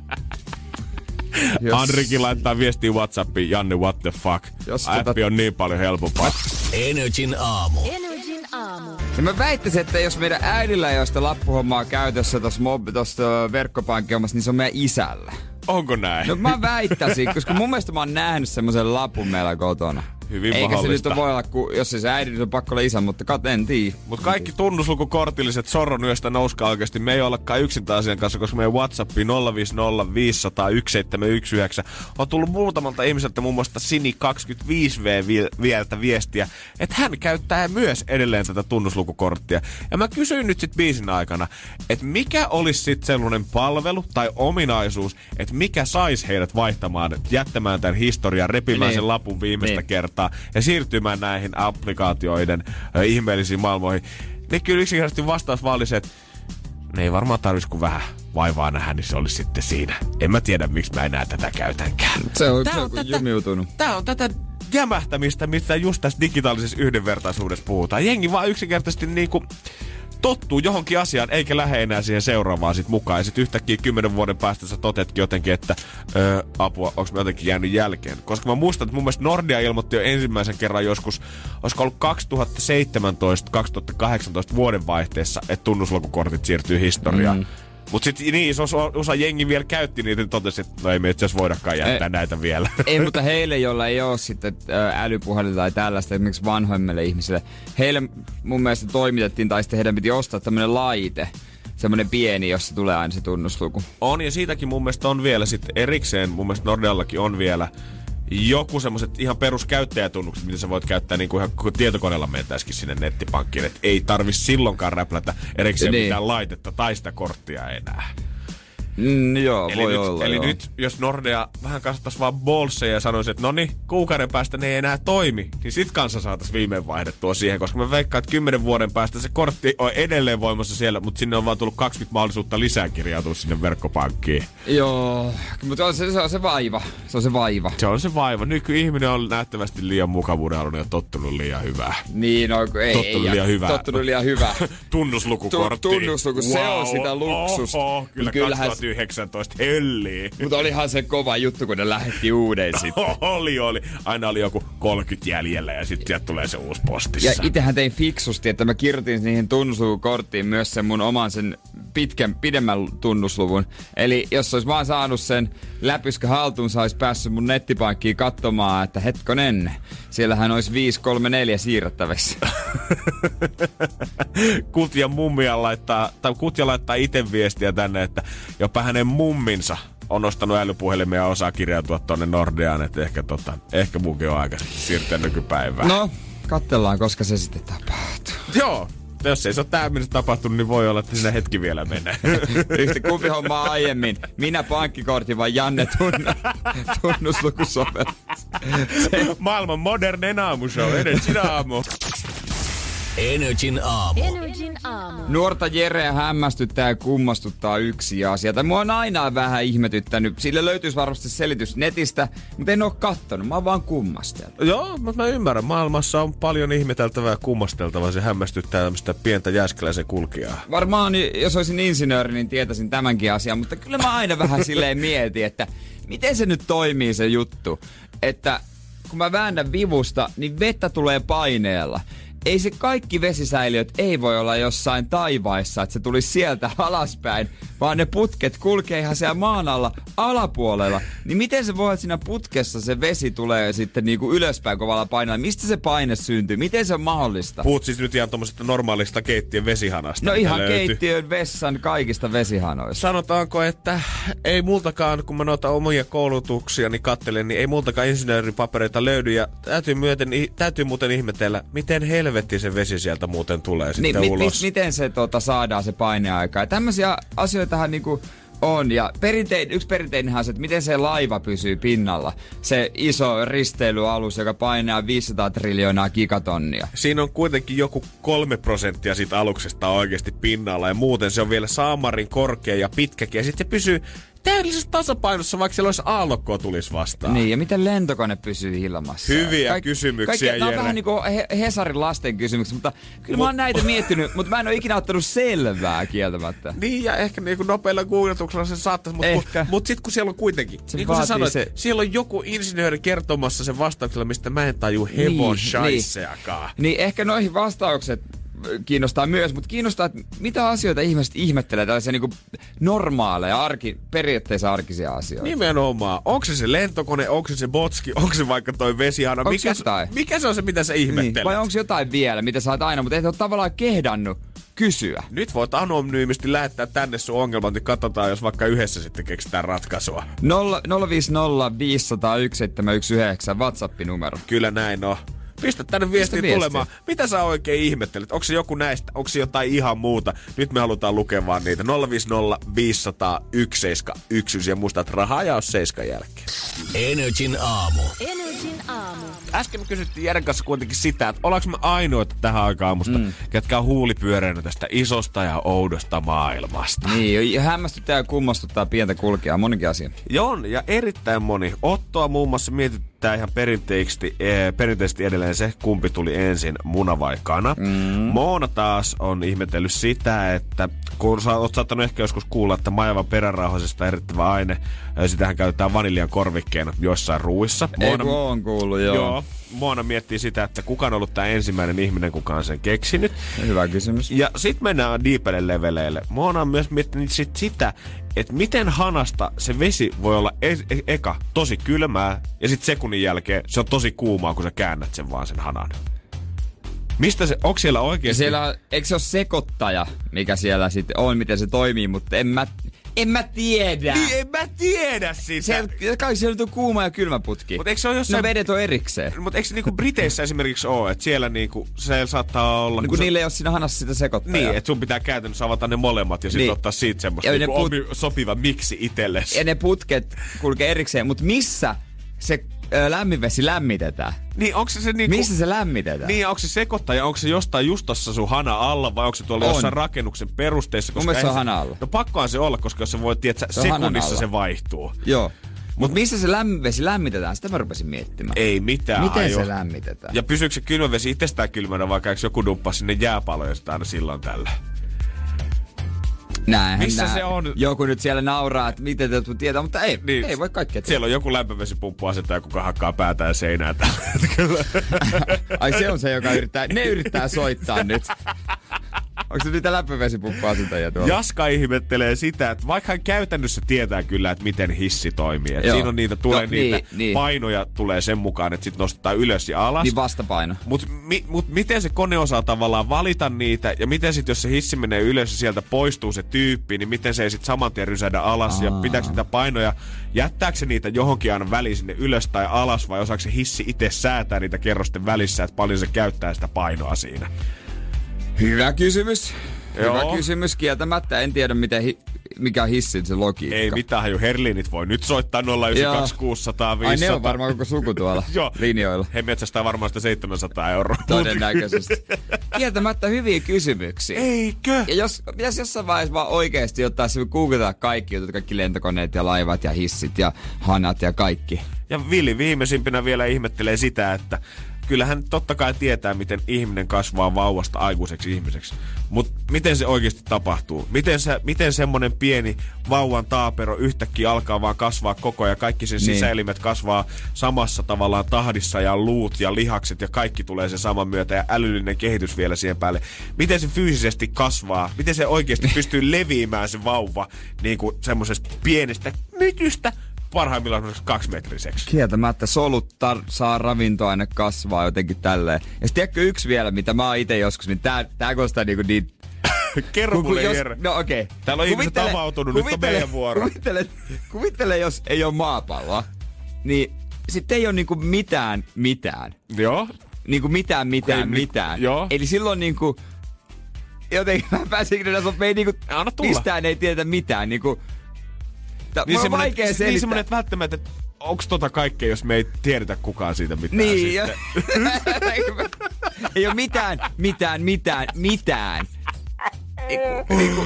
Speaker 5: Jos... Anrikin laittaa viestiä WhatsAppiin, Janne, what the fuck. Jos Appi tota... on niin paljon helpompaa.
Speaker 3: Energin aamu.
Speaker 4: Energin aamu.
Speaker 6: Ja mä väittäisin, että jos meidän äidillä ei ole sitä lappuhommaa käytössä tossa, mob- tossa verkkopankkihommassa, niin se on meidän isällä.
Speaker 5: Onko näin?
Speaker 6: No mä väittäisin, koska mun mielestä mä oon nähnyt semmoisen lapun meillä kotona.
Speaker 5: Hyvin
Speaker 6: eikä
Speaker 5: mahdollista.
Speaker 6: se nyt voi olla, kun, jos ei se äidin, niin on pakko olla isä, mutta kat en tiedä.
Speaker 5: Mut kaikki tunnuslukukortilliset sorronyöstä nouskaa oikeesti. Me ei ollakaan yksin tämän asian kanssa, koska meidän WhatsAppi nolla viisi nolla viisi nolla nolla yksi seitsemän yksi yhdeksän on tullut muutamalta ihmiseltä, muun muassa Sini kaksikymmentäviisi vuotias vieltä viestiä, että hän käyttää myös edelleen tätä tunnuslukukorttia. Ja mä kysyin nyt sit biisin aikana, että mikä olisi sit sellainen palvelu tai ominaisuus, että mikä sais heidät vaihtamaan, jättämään tämän historian, repimään niin. sen lapun viimeistä niin. kertaa ja siirtymään näihin applikaatioiden äh, ihmeellisiin maailmoihin. Niin kyllä yksinkertaisesti vastaus vaan oli se, että ne ei varmaan tarvitsisi kuin vähän vaivaa nähdä, niin se olisi sitten siinä. En mä tiedä, miksi mä enää tätä käytänkään.
Speaker 6: Se on, se on, on jumiutunut.
Speaker 5: Tää on tätä jämähtämistä, mistä just tässä digitaalisessa yhdenvertaisuudessa puhutaan. Jengi vaan yksinkertaisesti niinku tottuu johonkin asiaan, eikä lähde enää siihen seuraavaan sit mukaan. Ja sit yhtäkkiä kymmenen vuoden päästä sä totetkin jotenkin, että öö, apua, onks mä jotenkin jäänyt jälkeen. Koska mä muistan, että mun mielestä Nordea ilmoitti jo ensimmäisen kerran joskus, olisiko ollut kaksituhattaseitsemäntoista kaksituhattakahdeksantoista vuoden vaihteessa, että tunnuslukukortit siirtyy historiaan. Mm. Mut sit niin iso osa jengi vielä käytti niitä, niin totesi, että no ei me itse asiassa voidakaan jättää e- näitä vielä.
Speaker 6: Ei, mutta heille, joilla ei ole sitten älypuhelinta tai tällaista, esimerkiksi vanhoimmille ihmisille, heille mun mielestä toimitettiin, tai sitten heidän piti ostaa tämmönen laite, semmonen pieni, jossa tulee aina se tunnusluku. On, ja siitäkin mun mielestä on vielä sitten erikseen, mun mielestä Nordeallakin on vielä joku semmoset ihan peruskäyttäjätunnukset, mitä sä voit käyttää niin kuin ihan kun tietokoneella mentäisikin sinne nettipankkiin. Että ei tarvis silloinkaan räplätä erikseen niin. mitään laitetta tai sitä korttia enää. Mm, joo,
Speaker 5: eli
Speaker 6: voi
Speaker 5: nyt,
Speaker 6: olla,
Speaker 5: Eli
Speaker 6: joo.
Speaker 5: nyt, jos Nordea vähän kasvattaisi vaan bolseja ja sanoisi, että no niin, kuukauden päästä ne ei enää toimi, niin sit kanssa saataisiin viimein vaihdettua siihen, koska mä veikkaan, että kymmenen vuoden päästä se kortti on edelleen voimassa siellä, mutta sinne on vaan tullut kaksikymmentä mahdollisuutta lisää kirjautua sinne verkkopankkiin.
Speaker 6: Joo, mutta se, se on se vaiva. Se on se vaiva.
Speaker 5: Se on se vaiva. Nykyihminen on nähtävästi liian mukavuuden halunnut ja tottunut liian hyvää.
Speaker 6: Niin, no ei.
Speaker 5: Tottunut
Speaker 6: ei,
Speaker 5: liian hyvää.
Speaker 6: Tottunut liian hyvää.
Speaker 5: Tunnuslukukortti.
Speaker 6: Tu- tunnusluku, wow. Se on sitä luksusta.
Speaker 5: Oho, kyllä kaksituhattayhdeksäntoista höllii.
Speaker 6: Mutta olihan se kova juttu, kun ne lähetti uuden sitten.
Speaker 5: oli, oli. Aina oli joku kolmekymmentä jäljellä ja sitten sieltä tulee se uusi postissa.
Speaker 6: Ja itehän tein fiksusti, että mä kirjoitin niihin tunnuslukukorttiin myös sen mun oman sen pitkän, pidemmän tunnusluvun. Eli jos olisi vaan saanut sen läpyskä haltuun, sä olisi päässyt mun nettipankkiin katsomaan, että hetkonen, siellähän olisi viisi kolme neljä siirrettävissä.
Speaker 5: Kutja mummia laittaa, tai Kutja laittaa ite viestiä tänne, että jopa hänen mumminsa on ostanut älypuhelimia ja osaa kirjautua tonne Nordeaan, että ehkä, tota, ehkä munkin on aika siirtyä nykypäivään.
Speaker 6: No, katsellaan, koska se sitten tapahtuu.
Speaker 5: Joo. Jos ei se ole tähän mennessä tapahtunut, niin voi olla, että siinä hetki vielä menee.
Speaker 6: Yhtä kumpi hommaa aiemmin. Minä pankkikortti vai Janne tunn- tunnuslukusovellus. Se...
Speaker 5: Maailman modernen aamushow. Energin aamu.
Speaker 3: Energin aamu.
Speaker 4: Energin aamu.
Speaker 6: Nuorta Jereä hämmästyttää ja kummastuttaa yksi asia. Tai mua on aina vähän ihmetyttänyt. Sille löytyisi varmasti selitys netistä, mutta en oo kattonut. Mä oon vaan kummastellut.
Speaker 5: Joo, mutta mä ymmärrän. Maailmassa on paljon ihmeteltävää ja kummasteltavaa. Se hämmästyttää tämmöistä pientä jääskeläisen kulkijaa.
Speaker 6: Varmaan, jos olisin insinööri, niin tietäisin tämänkin asian. Mutta kyllä mä aina vähän silleen mietin, että miten se nyt toimii se juttu. Että kun mä väännän vivusta, niin vettä tulee paineella. ei se kaikki vesisäiliöt ei voi olla jossain taivaissa, että se tulisi sieltä alaspäin, vaan ne putket kulkee ihan siellä maan alla alapuolella. Niin miten se voi, että siinä putkessa se vesi tulee sitten niinku ylöspäin kovalla painolla? Mistä se paine syntyy? Miten se on mahdollista?
Speaker 5: Puhut siis nyt ihan tommosesta normaalista keittiön vesihanasta.
Speaker 6: No ihan löytyy. Keittiön, vessan, kaikista vesihanoista.
Speaker 5: Sanotaanko, että ei multakaan, kun mä noita omia koulutuksia niin kattelen, niin ei multakaan insinööripapereita löydy. Ja täytyy, myöten, täytyy muuten ihmetellä, miten helvetti se vesi sieltä muuten tulee
Speaker 6: niin,
Speaker 5: sitten
Speaker 6: mi-
Speaker 5: ulos.
Speaker 6: Mi- miten se tota, saadaan se paineaika? Ja tämmöisiä asioitahan niinku on. Ja perintein, yksi perinteinenhän on se, että miten se laiva pysyy pinnalla. Se iso risteilyalus, joka painaa viisisataa triljoonaa gigatonnia.
Speaker 5: Siinä on kuitenkin joku kolme prosenttia siitä aluksesta oikeasti pinnalla. Ja muuten se on vielä saamarin korkea ja pitkäkin. Ja sitten se pysyy täydellisessä tasapainossa, vaikka siellä olisi aallokkoa tulisi vastaan.
Speaker 6: Niin, ja miten lentokone pysyy ilmassa?
Speaker 5: Hyviä Kaik- kysymyksiä, Jere.
Speaker 6: Tämä on vähän niin kuin He- Hesarin lasten kysymyksiä, mutta kyllä Mut... mä oon näitä miettinyt, mutta mä en ole ikinä ottanut selvää kieltämättä.
Speaker 5: Niin, ja ehkä niin kuin nopeilla googletuksella se saattaisi, mutta mut sitten kun siellä on kuitenkin, se niin kuin sä sanoit, se... siellä on joku insinööri kertomassa sen vastauksella, mistä mä en taju hevon niin, shaisseakaan.
Speaker 6: Niin. niin, ehkä noihin vastaukset kiinnostaa myös, mutta kiinnostaa, että mitä asioita ihmiset ihmettelee, tällaisia niinku normaaleja, arki, periaatteessa arkisia asioita.
Speaker 5: Nimenomaan. Onko se se lentokone, onko se se botski, onko se vaikka toi vesihana?
Speaker 6: Onko
Speaker 5: mikä,
Speaker 6: jotain?
Speaker 5: Mikä se on se, mitä sä ihmettelet?
Speaker 6: Niin. Vai onko jotain vielä, mitä sä oot aina, mutta et ole tavallaan kehdannut kysyä.
Speaker 5: Nyt voit anonyymisti lähettää tänne sun ongelmat, niin katsotaan, jos vaikka yhdessä sitten keksitään ratkaisua.
Speaker 6: nolla viisi nolla viisi nolla nolla yksi seitsemän yksi yhdeksän WhatsApp-numero.
Speaker 5: Kyllä näin on. Pistä tänne viestiä tulemaan. Mitä sä oikein ihmettelet? Onko se joku näistä? Onko se jotain ihan muuta? Nyt me halutaan lukea vaan niitä. nolla viisi nolla viisi nolla nolla yksi seitsemän yksi ja muista, että rahaa ja on seiskan jälkeen.
Speaker 3: Energin aamu.
Speaker 4: Energin aamu.
Speaker 5: Äsken me kysyttiin Jeren kanssa kuitenkin sitä, että ollaanko me ainoita tähän aikaan aamusta, mm. ketkä on huulipyöreänä tästä isosta ja oudosta maailmasta.
Speaker 6: Niin, hämmästyttää ja kummastuttaa pientä kulkijaa monikin asia.
Speaker 5: Joo, ja erittäin moni. Ottoa muun muassa mietittää ihan perinteisesti, e, perinteisesti edelleen se, kumpi tuli ensin, muna vai kana. Mm. Moona taas on ihmetellyt sitä, että kun sä oot saattanut ehkä joskus kuulla, että maivan perärauhasesta erittävä aine, sitähän käytetään vaniljan korvikkeena joissain ruuissa.
Speaker 6: Moona, Ei kun on kuullut, joo. joo.
Speaker 5: Moona miettii sitä, että kuka on ollut tämä ensimmäinen ihminen, kuka on sen keksinyt.
Speaker 6: Hyvä kysymys.
Speaker 5: Ja sit mennään diipelle leveleille. Moona on myös miettinyt sit sitä, että miten hanasta se vesi voi olla e- e- eka tosi kylmää ja sit sekunnin jälkeen se on tosi kuumaa, kun sä käännät sen vaan sen hanan. Mistä se, onko siellä oikeesti?
Speaker 6: Siellä, eikö se ole sekoittaja, mikä siellä sitten on, miten se toimii, mutta en mä, en mä tiedä.
Speaker 5: Niin, en mä tiedä sitä.
Speaker 6: Se, kai siellä on kuuma ja kylmä putki.
Speaker 5: Mut eikö se ole jossain...
Speaker 6: No vedet on erikseen.
Speaker 5: Mutta eikö se niinku Briteissä esimerkiksi ole, että siellä niinku, se saattaa olla...
Speaker 6: Niin kun
Speaker 5: se...
Speaker 6: niille ei ole siinä hanassa sitä sekoittajaa.
Speaker 5: Niin, että sun pitää käytännössä avata ne molemmat ja sitten niin. ottaa siitä semmoista niinku put... sopiva miksi itsellesi.
Speaker 6: Ja ne putket kulkee erikseen, mutta missä se ö, lämminvesi lämmitetään?
Speaker 5: Niin, onko se se niinku...
Speaker 6: Missä se lämmitetään?
Speaker 5: Niin, onko se sekoittaja, onko se jostain just tossa sun hana alla vai onko se tuolla on. jossain rakennuksen perusteissa?
Speaker 6: Mun mielestä se on hana alla.
Speaker 5: No pakkohan se olla, koska jos se voi tietää, se sekunnissa se vaihtuu.
Speaker 6: Joo. Mutta missä se lämminvesi lämmitetään? Sitä mä rupesin miettimään.
Speaker 5: Ei mitään.
Speaker 6: Miten
Speaker 5: ajo.
Speaker 6: se lämmitetään?
Speaker 5: Ja pysyykö se kylmävesi itsestään kylmänä, vaikka eikö joku duppaa sinne jääpaloja sitä aina silloin tällä?
Speaker 6: Näinhän
Speaker 5: Missä
Speaker 6: nää.
Speaker 5: se on?
Speaker 6: Joku nyt siellä nauraa, että miten te tietää, mutta ei, niin, ei voi kaikkea tietää.
Speaker 5: Siellä on joku lämpövesipumppu asentaa, kuka hakkaa päätään seinää tällä hetkellä.
Speaker 6: Ai se on se, joka yrittää, ne yrittää soittaa nyt. Onko se niitä lämpövesipumppu-asentajia tuolla?
Speaker 5: Jaska ihmettelee sitä, että vaikka hän käytännössä tietää kyllä, että miten hissi toimii. Että siinä on niitä, tulee no, niitä niin, niin. painoja tulee sen mukaan, että sit nostetaan ylös ja alas.
Speaker 6: Niin vastapaino.
Speaker 5: Mut, mi, mut miten se kone osaa tavallaan valita niitä, ja miten sit jos se hissi menee ylös ja sieltä poistuu se tyyppi, niin miten se ei sit saman tien rysädä alas, Aa. ja pitääkö niitä painoja, jättääkö se niitä johonkin aina väliin sinne ylös tai alas, vai osaako se hissi itse säätää niitä kerrosten välissä, että paljon se käyttää sitä painoa siinä?
Speaker 6: Hyvä kysymys.
Speaker 5: Joo.
Speaker 6: Hyvä kysymys kieltämättä. En tiedä, miten hi- mikä on hissin se logiikka.
Speaker 5: Ei mitään, jo Herlinit voi nyt soittaa nolla yhdeksän kaksi kuusi nolla nolla viisi nolla nolla.
Speaker 6: Ai ne on varmaan koko suku tuolla linjoilla.
Speaker 5: He metsästää varmaan sitä seitsemänsataa euroa.
Speaker 6: Todennäköisesti. Kieltämättä hyviä kysymyksiä.
Speaker 5: Eikö?
Speaker 6: Ja jos, jos jossain vaiheessa vaan oikeesti ottaa se googletaan kaikki jutut, kaikki lentokoneet ja laivat ja hissit ja hanat ja kaikki.
Speaker 5: Ja Vili viimeisimpänä vielä ihmettelee sitä, että kyllähän totta kai tietää, miten ihminen kasvaa vauvasta aikuiseksi ihmiseksi. Mutta miten se oikeasti tapahtuu? Miten, se, miten semmonen pieni vauvan taapero yhtäkkiä alkaa vaan kasvaa koko ajan. Kaikki sen
Speaker 6: niin.
Speaker 5: sisäelimet kasvaa samassa tavallaan tahdissa ja luut ja lihakset ja kaikki tulee sen saman myötä ja älyllinen kehitys vielä siihen päälle. Miten se fyysisesti kasvaa? Miten se oikeasti pystyy leviämään se vauva niin kuin semmoisesta pienestä mytystä parhaimmillaan kaksimetriseksi?
Speaker 6: Kieltämättä solut tar- saa ravintoaine kasvaa jotenkin tälleen. Ja sit tiedätkö yksi vielä, mitä mä oon ite joskus, niin tää, tää kuulostaa niinku niin...
Speaker 5: Kerro mulle,
Speaker 6: jos,
Speaker 5: Jere.
Speaker 6: No okei. Okay.
Speaker 5: Täällä on ihmiset avautunut, nyt on meidän vuoro.
Speaker 6: Kuvittele, kuvittele, jos ei ole maapalloa, niin sit ei ole niinku mitään mitään.
Speaker 5: Joo.
Speaker 6: Niinku mitään mitään
Speaker 5: ei,
Speaker 6: mitään.
Speaker 5: Joo.
Speaker 6: Eli silloin niinku... Jotenkin mä pääsin kyllä, että me ei niinku...
Speaker 5: Anna tulla.
Speaker 6: Mistään ei tiedetä mitään. Niinku... Tää,
Speaker 5: niin
Speaker 6: on vaikea selittää.
Speaker 5: Niin semmonen, että välttämättä, että onks tota kaikkea, jos me ei tiedetä kukaan siitä mitään
Speaker 6: niin,
Speaker 5: sitten.
Speaker 6: Ei oo mitään, mitään, mitään, mitään. Eiku, eiku.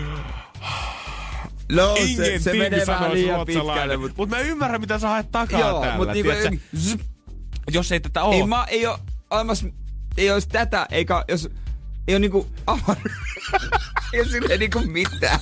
Speaker 6: No, se, se menee vähän liian pitkälle.
Speaker 5: Mutta mut mä ymmärrän, mitä sä haet takaa
Speaker 6: joo,
Speaker 5: täällä.
Speaker 6: Mut niinku,
Speaker 5: zzz, jos ei tätä oo.
Speaker 6: Ei, ma, ei oo olemassa, ei ois tätä, eikä jos, ei oo niinku avar... ei oo silleen niinku mitään.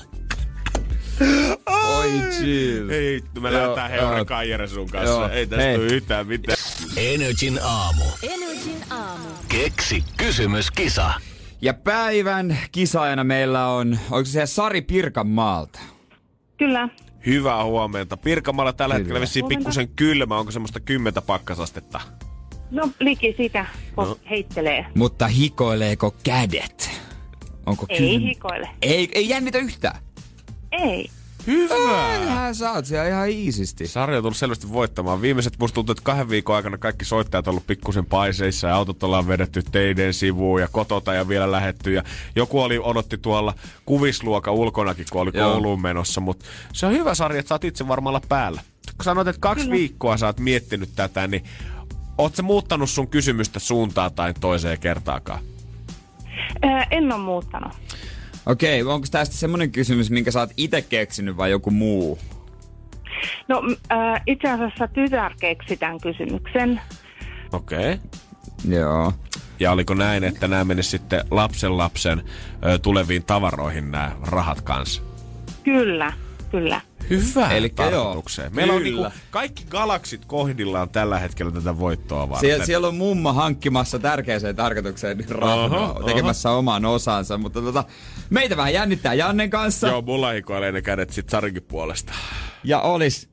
Speaker 6: Oi chill.
Speaker 5: Ei, me lähdetään Heurekaan Jere sun kanssa. Joo. Ei tästä tule yhtään mitään.
Speaker 3: Energin aamu.
Speaker 4: Energin aamu.
Speaker 3: Keksi kysymyskisa.
Speaker 6: Ja päivän kisaajana meillä on, onko se Sari Pirkanmaalta?
Speaker 7: Kyllä.
Speaker 5: Hyvää huomenta. Pirkanmaalla tällä
Speaker 6: Hyvä.
Speaker 5: hetkellä vissiin pikkusen kylmä. Onko semmoista kymmentä pakkasastetta?
Speaker 7: No liki sitä, kun
Speaker 5: No.
Speaker 7: heittelee.
Speaker 6: Mutta hikoileeko kädet? Onko
Speaker 7: Ei
Speaker 6: kylmä?
Speaker 7: hikoile.
Speaker 6: Ei, ei jännitä yhtään.
Speaker 7: Ei.
Speaker 5: Hyvä!
Speaker 6: Eihän sä oot siellä ihan iisisti.
Speaker 5: Sari on tullut selvästi voittamaan. Viimeiset musta tuntuu, että kahden viikon aikana kaikki soittajat on ollut pikkusen paiseissa ja autot ollaan vedetty teiden sivuun ja kotota ja vielä lähetty. Ja joku oli odotti tuolla kuvisluoka ulkonakin, kun oli
Speaker 6: Joo.
Speaker 5: kouluun menossa. Mutta se on hyvä, Sari, että sä oot itse varmaan olla päällä. Kun sanoit, että kaksi
Speaker 7: Kyllä.
Speaker 5: viikkoa sä oot miettinyt tätä, niin oot sä muuttanut sun kysymystä suuntaan tai toiseen kertaakaan?
Speaker 7: Ää, en ole muuttanut.
Speaker 6: Okei, onko tästä semmonen kysymys, minkä sä oot ite keksinyt vai joku muu?
Speaker 7: No ää, itse asiassa tytär keksi tämän kysymyksen.
Speaker 5: Okei. Okay.
Speaker 6: Joo.
Speaker 5: Ja oliko näin, että nämä menis sitten lapsen lapsen ö, tuleviin tavaroihin nämä rahat kanssa?
Speaker 7: Kyllä, kyllä.
Speaker 5: Hyvä
Speaker 6: Elikkä
Speaker 5: tarkoitukseen.
Speaker 6: joo,
Speaker 5: Meillä on
Speaker 6: kyllä.
Speaker 5: niinku kaikki galaksit kohdillaan tällä hetkellä tätä voittoa varten.
Speaker 6: Siellä, siellä on mumma hankkimassa tärkeäseen tarkoitukseen rahaa,
Speaker 5: Oho,
Speaker 6: tekemässä oho. oman osansa. Mutta tota, meitä vähän jännittää Jannen kanssa.
Speaker 5: Joo, mulla hikoilee ne kädet sit Sarinkin puolesta.
Speaker 6: Ja olis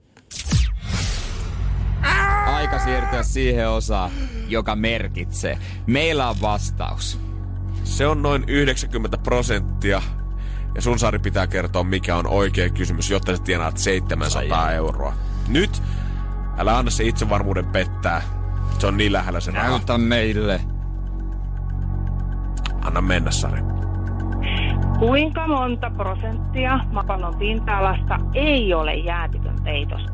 Speaker 6: aika siirtyä siihen osaan, joka merkitsee. Meillä on vastaus.
Speaker 5: Se on noin yhdeksänkymmentä prosenttia. Ja sun, Sari, pitää kertoa, mikä on oikea kysymys, jotta sä tienaat seitsemänsataa
Speaker 6: Ai.
Speaker 5: euroa. Nyt, älä anna se itsevarmuuden pettää. Se on niin lähellä se raha.
Speaker 6: Näytä meille.
Speaker 5: Anna mennä, Sari.
Speaker 7: Kuinka monta prosenttia maapallon pinta-alasta ei ole jäätikön peitosta?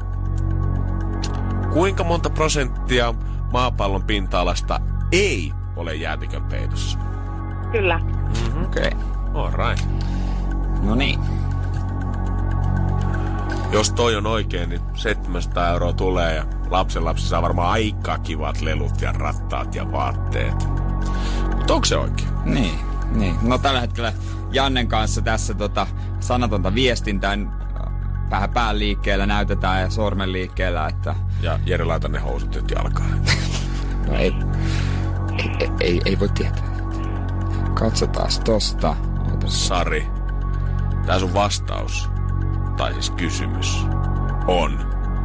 Speaker 5: Kuinka monta prosenttia maapallon pinta-alasta ei ole jäätikön peitossa?
Speaker 7: Kyllä.
Speaker 6: Okei. Okay.
Speaker 5: All right.
Speaker 6: No niin.
Speaker 5: Jos toi on oikein, niin seitsemänsataa euroa tulee ja lapsen lapsi saa varmaan aika kivat lelut ja rattaat ja vaatteet. Mutta onko se oikein?
Speaker 6: Niin, niin. No tällä hetkellä Jannen kanssa tässä tota sanatonta viestintään vähän pään liikkeellä näytetään ja sormen liikkeellä, että...
Speaker 5: Ja Jere, laita ne housut nyt jalkaan.
Speaker 6: No ei, ei, ei, ei voi tietää. Katsotaan tosta.
Speaker 5: Sari, tää sun vastaus, tai siis kysymys, on...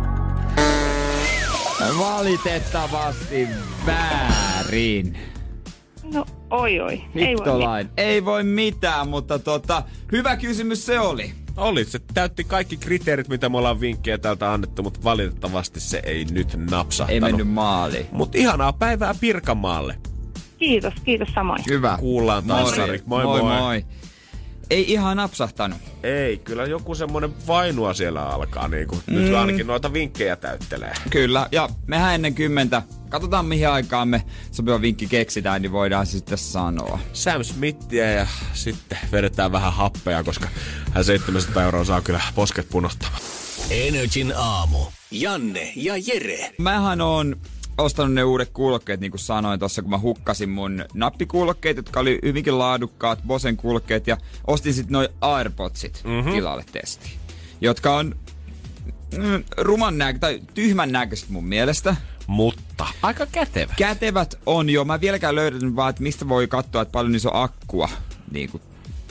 Speaker 6: Valitettavasti väärin.
Speaker 7: No oi oi. Ei voi
Speaker 6: Hittolain. Ei voi mitään, mutta tota, hyvä kysymys se oli.
Speaker 5: Oli, se täytti kaikki kriteerit, mitä me ollaan vinkkejä täältä annettu, mutta valitettavasti se ei nyt napsahtanut.
Speaker 6: Ei mennyt maaliin.
Speaker 5: Mut ihanaa päivää Pirkanmaalle.
Speaker 7: Kiitos, kiitos samoin.
Speaker 6: Hyvä.
Speaker 5: Kuullaan taas,
Speaker 6: Moi.
Speaker 5: Sari. Moi
Speaker 6: moi
Speaker 5: moi.
Speaker 6: moi. Ei ihan napsahtanut.
Speaker 5: Ei, kyllä joku semmonen vainua siellä alkaa niinku. Mm. Nyt ainakin noita vinkkejä täyttelee.
Speaker 6: Kyllä, ja mehän ennen kymmentä. Katsotaan mihin aikaan me sopiva vinkki keksitään, niin voidaan se sitten sanoa.
Speaker 5: Sam Smithia ja sitten vedetään vähän happea, koska hän seitsemänsataa euroa saa kyllä posket punottamaan.
Speaker 3: Energin aamu. Janne ja Jere.
Speaker 6: Mähän on ostanut ne uudet kuulokkeet, niin kuin sanoin tuossa, kun mä hukkasin mun nappikuulokkeet, jotka oli hyvinkin laadukkaat, Bosen kuulokkeet, ja ostin sitten noi AirPodsit mm-hmm. tilalle testiin, jotka on mm, ruman näkö, tai tyhmän näköiset mun mielestä.
Speaker 5: Mutta aika kätevät.
Speaker 6: Kätevät on jo. Mä vieläkään löydän vaan, että mistä voi katsoa, että paljon niissä on akkua. Niin kuin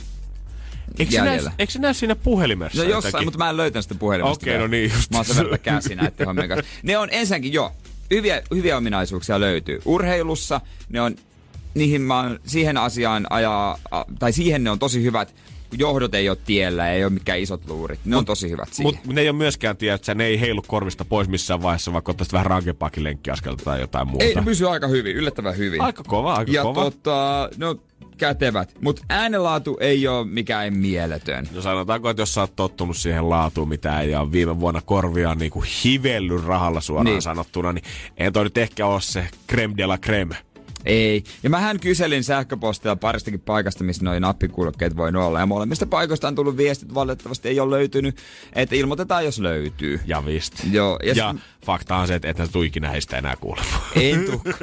Speaker 5: Eikö se, näy, eikö se näy siinä puhelimessa?
Speaker 6: No jossain,
Speaker 5: jotakin?
Speaker 6: Mutta mä en löytänyt sitä puhelimesta.
Speaker 5: Okei, okay, no niin just.
Speaker 6: Mä oon sen verran käsi näitten hommien kanssa. Ne on ensinnäkin jo. Hyviä, hyviä ominaisuuksia löytyy. Urheilussa ne on, niihin mä siihen asiaan ajaa, tai siihen ne on tosi hyvät. Johdot ei ole tiellä, ei ole mikään isot luurit. Ne mut, on tosi hyvät siihen.
Speaker 5: Mutta ne ei ole myöskään tiedä, että ne ei heilu korvista pois missään vaiheessa, vaikka ottaisit vähän rankempaakin lenkkiaskelta tai jotain muuta.
Speaker 6: Ei, ne pysyy aika hyvin, yllättävän hyvin.
Speaker 5: Aika kova, aika
Speaker 6: ja
Speaker 5: kova.
Speaker 6: Ja tota, no kätevät. Mutta äänenlaatu ei ole mikään mieletön.
Speaker 5: No sanotaanko, että jos sä oot tottunut siihen laatuun, mitä ei ole viime vuonna korviaan niin kuin hivellyt rahalla suoraan niin. sanottuna, niin ei toi nyt ehkä ole se crème de la crème.
Speaker 6: Ei. Ja mähän kyselin sähköpostilla paristakin paikasta, missä noi nappikuulokkeet voi olla. Ja molemmista paikoista on tullut viestit, että valitettavasti ei ole löytynyt. Että ilmoitetaan, jos löytyy.
Speaker 5: Ja vist.
Speaker 6: Joo.
Speaker 5: Ja, ja s- fakta on se, että et sä tuu ikinä heistä enää kuulemaan.
Speaker 6: En tuukkaan.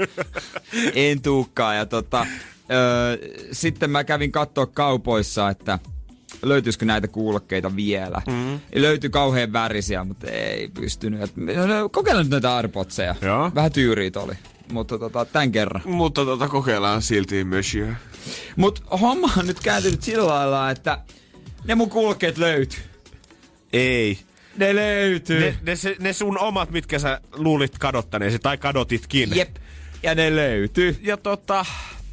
Speaker 6: en tuukkaan. Ja tota, öö, sitten mä kävin katsoa kaupoissa, että löytyisikö näitä kuulokkeita vielä. Mm. Löytyi kauhean värisiä, mutta ei pystynyt. Kokeillaan nyt näitä AirPodseja.
Speaker 5: Joo.
Speaker 6: Vähän tyyriit oli. Mutta tota, tän kerran.
Speaker 5: Mutta tota, kokeillaan silti, monsieur.
Speaker 6: Mut homma on nyt kääntynyt sillä lailla, että ne mun kuulokkeet löytyy.
Speaker 5: Ei.
Speaker 6: Ne löytyy.
Speaker 5: Ne, ne, se, ne sun omat, mitkä sä luulit kadottaneesi, tai kadotitkin.
Speaker 6: Jep. Ja ne löytyy.
Speaker 5: Ja tota...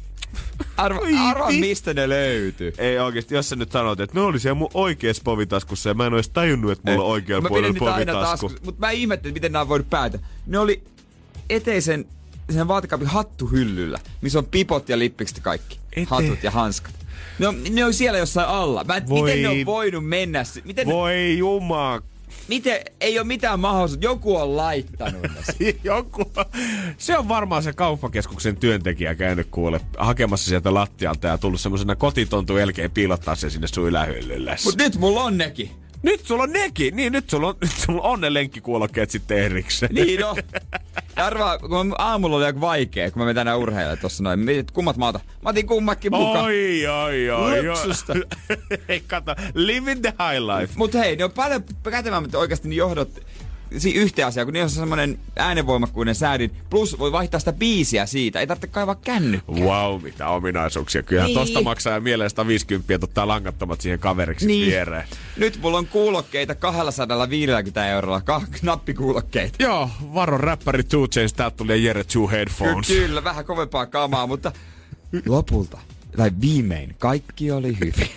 Speaker 6: Arva, arva mistä ne löytyy.
Speaker 5: Ei oikeesti, jos sä nyt sanot, että ne oli siellä mun oikees povitaskussa ja mä en ois tajunnut, että mulla on oikealla puolella povitasku.
Speaker 6: Mutta mä ihmettelin, miten nää on voinut päätä. Ne oli eteisen sen vaatekaapin hattuhyllyllä, missä on pipot ja lippikset kaikki. Ete. Hatut ja hanskat. Ne on, ne on siellä jossain alla. Mä et, miten ne on voinut mennä? Miten
Speaker 5: voi
Speaker 6: ne,
Speaker 5: jumaa.
Speaker 6: Miten? Ei ole mitään mahdollisuutta. Joku on laittanut ne.
Speaker 5: Joku. Se on varmaan se kauppakeskuksen työntekijä käynyt kuule hakemassa sieltä lattialta ja tullut semmosena kotitontun elkeen piilottaa se sinne sun ylähyllylle.
Speaker 6: Mut nyt mulla on nekin.
Speaker 5: Nyt sulla on nekin. Niin, nyt sulla on, nyt sulla on ne lenkkikuulokkeet sitten erikseen.
Speaker 6: Niin no. Ja arvaa, kun aamulla oli aika vaikea, kun mä menin tänään urheilijalle tossa noin. Mietit, kummat mä otan? Mä otin kummatkin mukaan.
Speaker 5: Oi, oi, oi.
Speaker 6: Lupsusta.
Speaker 5: Hei, kato. Living the high life.
Speaker 6: Mut hei, ne on paljon kätevämmät oikeasti niin johdot siinä yhteen asiaan, kun niissä on semmonen äänenvoimakkuinen säädin, plus voi vaihtaa sitä biisiä siitä, ei tarvitse kaivaa kännykkää.
Speaker 5: Wow, mitä ominaisuuksia. Kyllähän niin. Tosta maksaa mieleen sata viisikymmentä ja ottaa langattomat siihen kaveriksi niin. Viereen.
Speaker 6: Nyt mulla on kuulokkeita kaksisataaviisikymmentä eurolla, kah- nappikuulokkeita.
Speaker 5: Joo, varo räppäri two Chainz, täältä tuli Jere two Headphones.
Speaker 6: Kyllä, kyllä, vähän kovempaa kamaa, mutta lopulta, tai viimein, kaikki oli hyvin.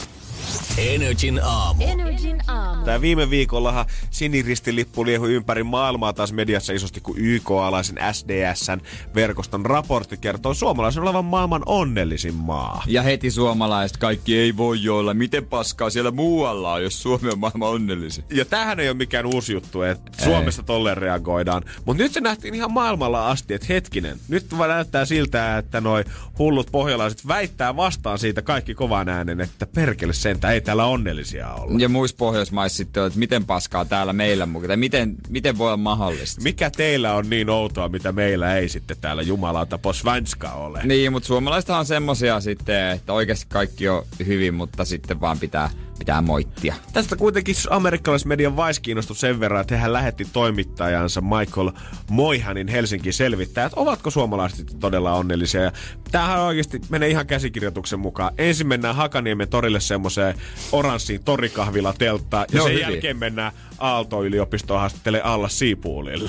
Speaker 3: Energin aamu.
Speaker 4: Energin aamu.
Speaker 5: Tää viime viikollahan siniristilippu liehui ympäri maailmaa taas mediassa isosti, kun Y K-alaisen S D S:n verkoston raportti kertoo suomalaisen olevan maailman onnellisin maa.
Speaker 6: Ja heti suomalaiset kaikki ei voi olla. Miten paskaa siellä muualla on, jos Suomi on maailman onnellisin?
Speaker 5: Ja tämähän ei ole mikään uusi juttu, että Suomessa tolleen reagoidaan. Mutta nyt se nähtiin ihan maailmalla asti, että hetkinen. Nyt vaan näyttää siltä, että noi hullut pohjalaiset väittää vastaan siitä kaikki kovan äänen, että perkele sentään ei täällä onnellisia olla.
Speaker 6: Ja muissa Pohjoismaissa sitten on, että miten paskaa täällä meillä mukaan, tai miten, miten voi olla mahdollista.
Speaker 5: Mikä teillä on niin outoa, mitä meillä ei sitten täällä jumalauta på svenska ole?
Speaker 6: Niin, mutta suomalaisethan on semmosia sitten, että oikeasti kaikki on hyvin, mutta sitten vaan pitää, pitää moittia.
Speaker 5: Tästä kuitenkin amerikkalaismedian Vice kiinnostui sen verran, että hän lähetti toimittajansa Michael Moyhanin Helsinkiin selvittää, että ovatko suomalaiset todella onnellisia. Ja tämähän oikeasti menee ihan käsikirjoituksen mukaan. Ensin mennään Hakaniemen torille semmoiseen oranssiin torikahvilatelttaan ja
Speaker 6: no,
Speaker 5: sen
Speaker 6: hyvin.
Speaker 5: jälkeen mennään Aalto-yliopistoon haastattelemaan alla Siipuulille.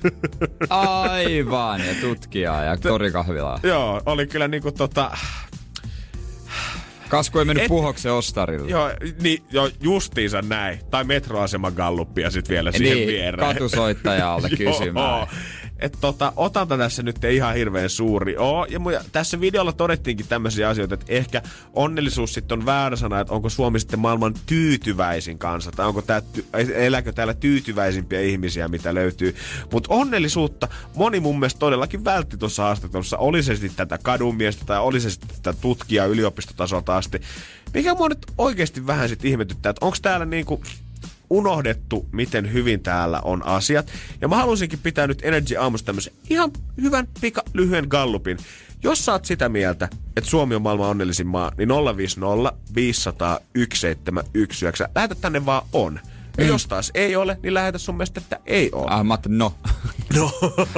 Speaker 6: Aivan, ja tutkijaa ja torikahvilaa.
Speaker 5: Joo, oli kyllä niinku tota...
Speaker 6: Kasku ei mennyt
Speaker 5: Et,
Speaker 6: puhoksen ostarille.
Speaker 5: Joo, niin, jo, justiinsa näin. Tai metroaseman galluppia sit vielä siihen
Speaker 6: niin,
Speaker 5: viereen.
Speaker 6: Katusoittajalta kysymään.
Speaker 5: Että tota, otanta tässä nyt ei ihan hirveän suuri oo. Ja muja, tässä videolla todettiinkin tämmöisiä asioita, että ehkä onnellisuus sitten on väärä sana, että onko Suomi sitten maailman tyytyväisin kansa, tai onko tää, elääkö täällä tyytyväisimpiä ihmisiä, mitä löytyy. Mutta onnellisuutta moni mun mielestä todellakin vältti tuossa haastattelussa, oli se sitten tätä kadunmiestä tai oli se sitten tätä tutkijaa yliopistotasolta asti. Mikä mua nyt oikeasti vähän sitten ihmetyttää, että onko täällä niinku unohdettu, miten hyvin täällä on asiat. Ja mä haluaisinkin pitää nyt Energy Aamusta tämmöisen ihan hyvän pika lyhyen gallupin. Jos sä oot sitä mieltä, että Suomi on maailman onnellisin maa, niin nolla viisi nolla viisi nolla nolla yksi seitsemän yksi yhdeksän. Lähetä tänne vaan on. Ja mm. jos taas ei ole, niin lähetä sun mielestä, että ei ole.
Speaker 6: Ah, mä ajattelin no.
Speaker 5: No.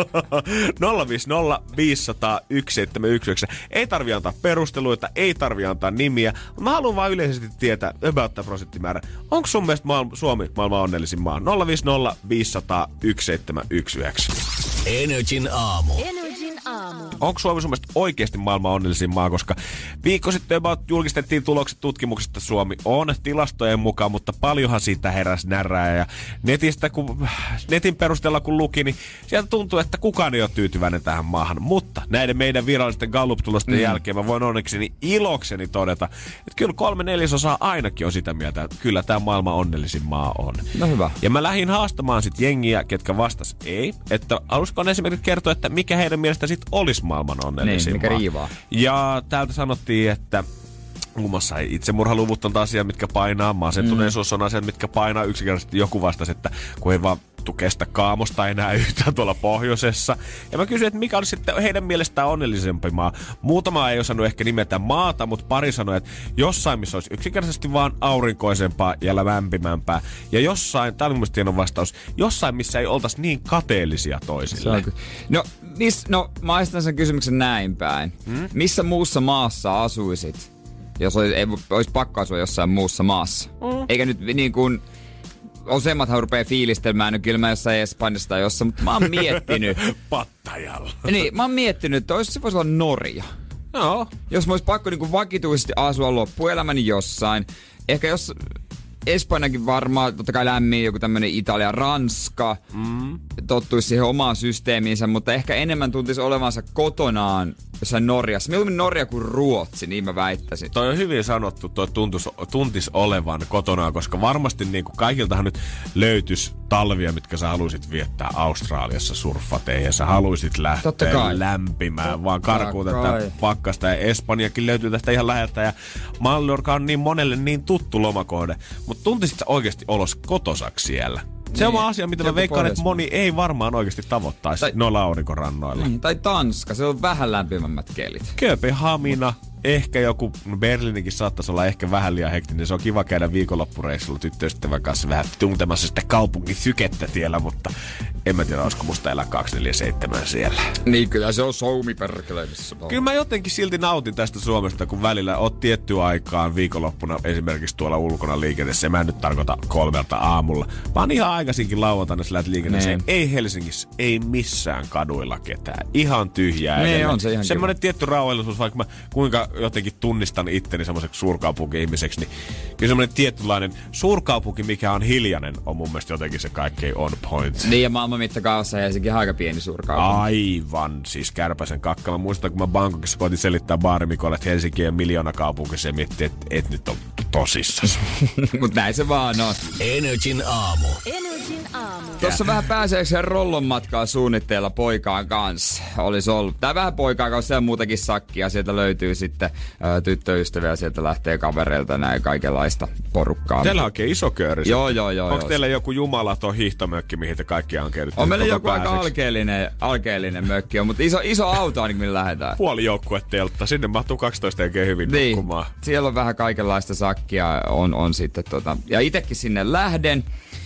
Speaker 5: nolla viisi nolla viisi nolla nolla yksi seitsemän yksi yhdeksän. Ei tarvi antaa perusteluita, ei tarvi antaa nimiä. Mä haluan vaan yleisesti tietää, about tämä prosenttimäärä. Onko sun mielestä maailma, Suomi maailman onnellisin maa? nolla viisi nolla viisi nolla nolla yksi seitsemän yksi yhdeksän.
Speaker 3: Energin aamu.
Speaker 4: Energin aamu.
Speaker 5: Onko Suomi sun mielestä oikeasti maailman onnellisin maa? Koska viikko sitten about julkistettiin tulokset tutkimuksesta, Suomi on tilastojen mukaan, mutta paljonhan siitä heräsi närää. Ja netistä, kun, netin perusteella kun luki, niin sieltä tuntuu, että kukaan ei ole tyytyväinen tähän maahan. Mutta näiden meidän virallisten Gallup-tulosten mm. jälkeen mä voin onnekseni ilokseni todeta, että kyllä kolme neljäsosaa ainakin on sitä mieltä, että kyllä tämä maailman onnellisin maa on.
Speaker 6: No hyvä.
Speaker 5: Ja mä lähdin haastamaan sit jengiä, ketkä vastas ei. Että halusiko ne esimerkiksi kertoa, että mikä heidän mielestä sit olisi maailman onnellisin
Speaker 6: niin, mikä
Speaker 5: maa.
Speaker 6: riivaa.
Speaker 5: Ja täältä sanottiin, että muun muassa itsemurhaluvut on asiat, mitkä painaa, masentuneisuus on asiat, mitkä painaa. Yksinkertaisesti joku vastasi, että kun ei vaan kestä kaamosta enää yhtään tuolla pohjoisessa. Ja mä kysyin, että mikä olisi sitten heidän mielestään onnellisempi maa. Muutama ei osannut ehkä nimetä maata, mutta pari sanoi, että jossain, missä olisi yksinkertaisesti vaan aurinkoisempaa ja lämpimämpää. Ja jossain, tämä oli mun mielestä hieno vastaus, jossain, missä ei oltaisi niin kateellisia toisille.
Speaker 6: No, miss, no mä aistan sen kysymyksen näin päin. Hmm? Missä muussa maassa asuisit, jos olisi, ei, olisi pakko asua jossain muussa maassa? Hmm. Eikä nyt niin kuin useimmathan rupeaa fiilistelmään, no kyllä mä jossain Espanjassa tai jossain, mutta mä oon miettinyt.
Speaker 5: Pattajalla.
Speaker 6: Niin, mä oon miettinyt, että olisi, se voisi olla Norja.
Speaker 5: Joo.
Speaker 6: Jos mä olisi pakko niin kuin vakituisesti asua loppuelämäni jossain. Ehkä jos Espanjakin varmaan, totta kai lämmin, joku tämmönen Italia, Ranska, mm. tottuisi siihen omaan systeemiinsä, mutta ehkä enemmän tuntisi olevansa kotonaan jossain Norjassa. Mieluummin Norja kuin Ruotsi, niin mä väittäisin.
Speaker 5: Toi on hyvin sanottu, toi tuntus, tuntis olevan kotonaan, koska varmasti niin kuin kaikiltahan nyt löytyisi talvia, mitkä sä haluisit viettää Australiassa surffateihin, ja sä haluisit lähteä lämpimään, Totta vaan karkuun tätä pakkasta. Ja Espanjakin löytyy tästä ihan läheltä, ja Mallorca on niin monelle niin tuttu lomakohde. Mutta tuntisit sä oikeasti olos kotosaksi siellä? Se on niin, asia, mitä mä veikkaan, että moni ei varmaan oikeasti tavoittaisi tai, noilla aurinkorannoilla.
Speaker 6: Niin, tai Tanska, se on vähän lämpimämmät kelit.
Speaker 5: Kööpenhamina, ehkä joku, no Berliinikin saattaisi olla ehkä vähän liian hektinen. Se on kiva käydä viikonloppureissulla tyttöystävän kanssa vähän tuntemassa sitä kaupungin sykettä tiellä, mutta en mä tiedä, olisiko musta elää kaksisataaneljäkymmentäseitsemän siellä.
Speaker 6: Niin, kyllä se on Suomi perkele, missä on.
Speaker 5: Kyllä mä jotenkin silti nautin tästä Suomesta, kun välillä oot tiettyä aikaan viikonloppuna esimerkiksi tuolla ulkona liikenteessä. Mä en nyt tarkoita kolmelta aamulla, vaan ihan aikaisinkin lauantaina sä lähdet liikenteeseen. Ei Helsingissä, ei missään kaduilla ketään. Ihan tyhjää.
Speaker 6: Niin on se ihan
Speaker 5: semmoinen kiva. Tietty rauhallisuus, vaikka mä kuinka jotenkin tunnistan itteni semmoiseksi suurkaupunki-ihmiseksi, niin kyllä semmoinen tietynlainen suurkaupunki, mikä on hiljainen, on mun mielestä jotenkin se kaikkein on point.
Speaker 6: Niin, ja maailman mittakaavassa Helsinki on aika pieni suurkaupunki.
Speaker 5: Aivan, siis kärpäsen kakka. Mä muistan, kun mä Bangkokissa koitin selittää Baarimikolle, että Helsinki on miljoona kaupunki, se miettii, että et nyt on tosissas.
Speaker 6: Mut näin se vaan on.
Speaker 3: Energin aamu.
Speaker 4: Energin aamu.
Speaker 6: Tuossa vähän pääseekseen rollon matkaa suunnitteilla poikaan kanssa. Olisi ollut. Tää vähän poikaa kanssa ja muutakin sakkia. Sieltä löytyy sitten ää, tyttöystäviä, sieltä lähtee kavereilta näin kaikenlaista porukkaa.
Speaker 5: Teillä on oikein iso kööri.
Speaker 6: Joo, joo, joo.
Speaker 5: Onko
Speaker 6: joo.
Speaker 5: teillä joku jumalaton hiihtomökki, mihin te kaikki ankeudutte?
Speaker 6: On meillä joku aika alkeellinen, alkeellinen mökki on, mutta iso, iso auto ainakin millä lähdetään.
Speaker 5: Puoli joukkueteltta. Sinne mahtuu kaksitoista oikein hyvin
Speaker 6: niin,
Speaker 5: nukkumaan.
Speaker 6: Siellä on vähän kaikenlaista sakkia on, on sitten tota. Ja itekin sinne lähden.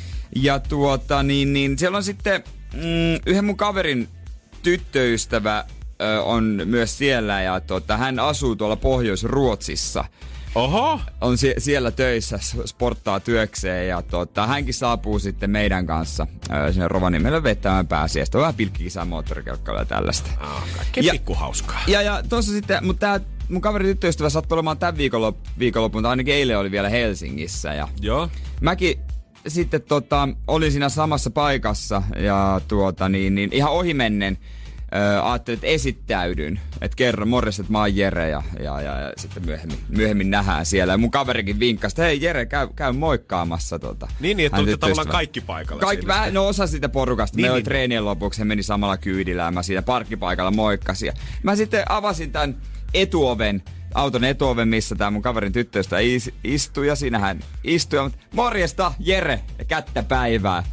Speaker 6: Ja tuota niin, niin siellä on sitten mm, yhden mun kaverin tyttöystävä ö, on myös siellä ja tuota, hän asuu tuolla Pohjois-Ruotsissa.
Speaker 5: Oho!
Speaker 6: On sie- siellä töissä, sporttaa työkseen ja tuota, hänkin saapuu sitten meidän kanssa ö, sinne Rovaniemelle vettämään pääsiäistä. Vähän pilkkikisää moottorikelkkalla ja tällaista.
Speaker 5: Ah, kaikkein pikku hauskaa.
Speaker 6: Ja, ja tossa sitten, mutta tää mun kaverin tyttöystävä sattui olemaan tämän viikonlop- viikonlopun, tai ainakin eilen oli vielä Helsingissä. Ja
Speaker 5: joo.
Speaker 6: Mäkin sitten tota, olin siinä samassa paikassa ja tuota niin, niin ihan ohimennen ö, ajattelin, että esittäydyn. Että kerron, morjes, että mä oon Jere ja, ja, ja, ja sitten myöhemmin, myöhemmin nähdään siellä. Ja mun kaverikin vinkkasi, että hei Jere, käy, käy moikkaamassa. Tota,
Speaker 5: niin, niin että tulitte tavallaan kaikki paikalle.
Speaker 6: Kaikki, vähän, no osa siitä porukasta. Niin, me niin, oli treenien lopuksi, he meni samalla kyydillä ja mä siinä parkkipaikalla moikkasin. Ja mä sitten avasin tämän etuoven auton etuoven, missä tää mun kaverin tyttöistä istui, ja siinä hän istui, ja morjesta, Jere, ja kättä päivää.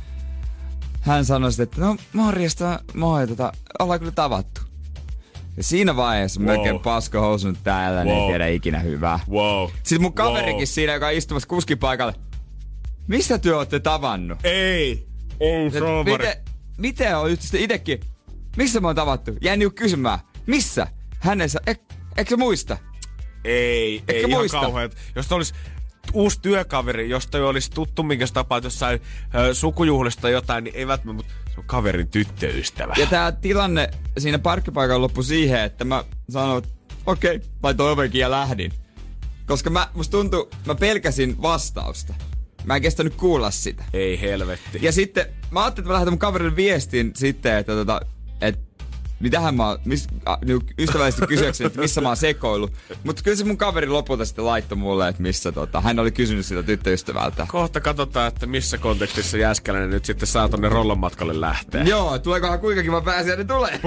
Speaker 6: Hän sanoi sitten, että no morjesta, moi, tota, ollaan kyllä tavattu. Ja siinä vaiheessa wow. melkein paskohousunut täällä, wow. niin ei tiedä ikinä hyvää.
Speaker 5: Wow.
Speaker 6: Sitten mun kaverikin wow. siinä, joka on istumassa kuskipaikalle. Mistä työ ootte tavannut?
Speaker 5: Ei. Ei,
Speaker 6: miten, miten on just itekin? Missä me on tavattu? Jäin niinku kysymään. Missä? Hänessä. E, eikö muista?
Speaker 5: Ei,
Speaker 6: Eikö
Speaker 5: ei
Speaker 6: muista?
Speaker 5: ihan kauhean. Jos olisi uusi työkaveri, josta jo olisi tuttu minkä tapaat jossain ö, sukujuhlista jotain, niin ei välttämättä, mutta se on kaverin tyttöystävä.
Speaker 6: Ja tää tilanne siinä parkkipaikalla loppui siihen, että mä sanoin, että okei, okay, laitoin ovenkin ja lähdin. Koska mä, musta tuntui, mä pelkäsin vastausta. Mä en kestänyt kuulla sitä.
Speaker 5: Ei helvetti.
Speaker 6: Ja sitten mä ajattelin, että mä lähetän mun kaverille viestin sitten, että tota, että mitähän mä oon, mis, a, ystävällisesti kysyäkseni, että missä mä oon sekoillut. Mutta kyllä se mun kaveri lopulta sitten laittoi mulle, että missä tota, hän oli kysynyt sitä tyttöystävältä.
Speaker 5: Kohta katsotaan, että missä kontekstissa Jääskeläinen nyt sitten saa tonne Rollon matkalle lähteä.
Speaker 6: Joo, tuleekohan kuinka kiva pääsiä, niin tulee.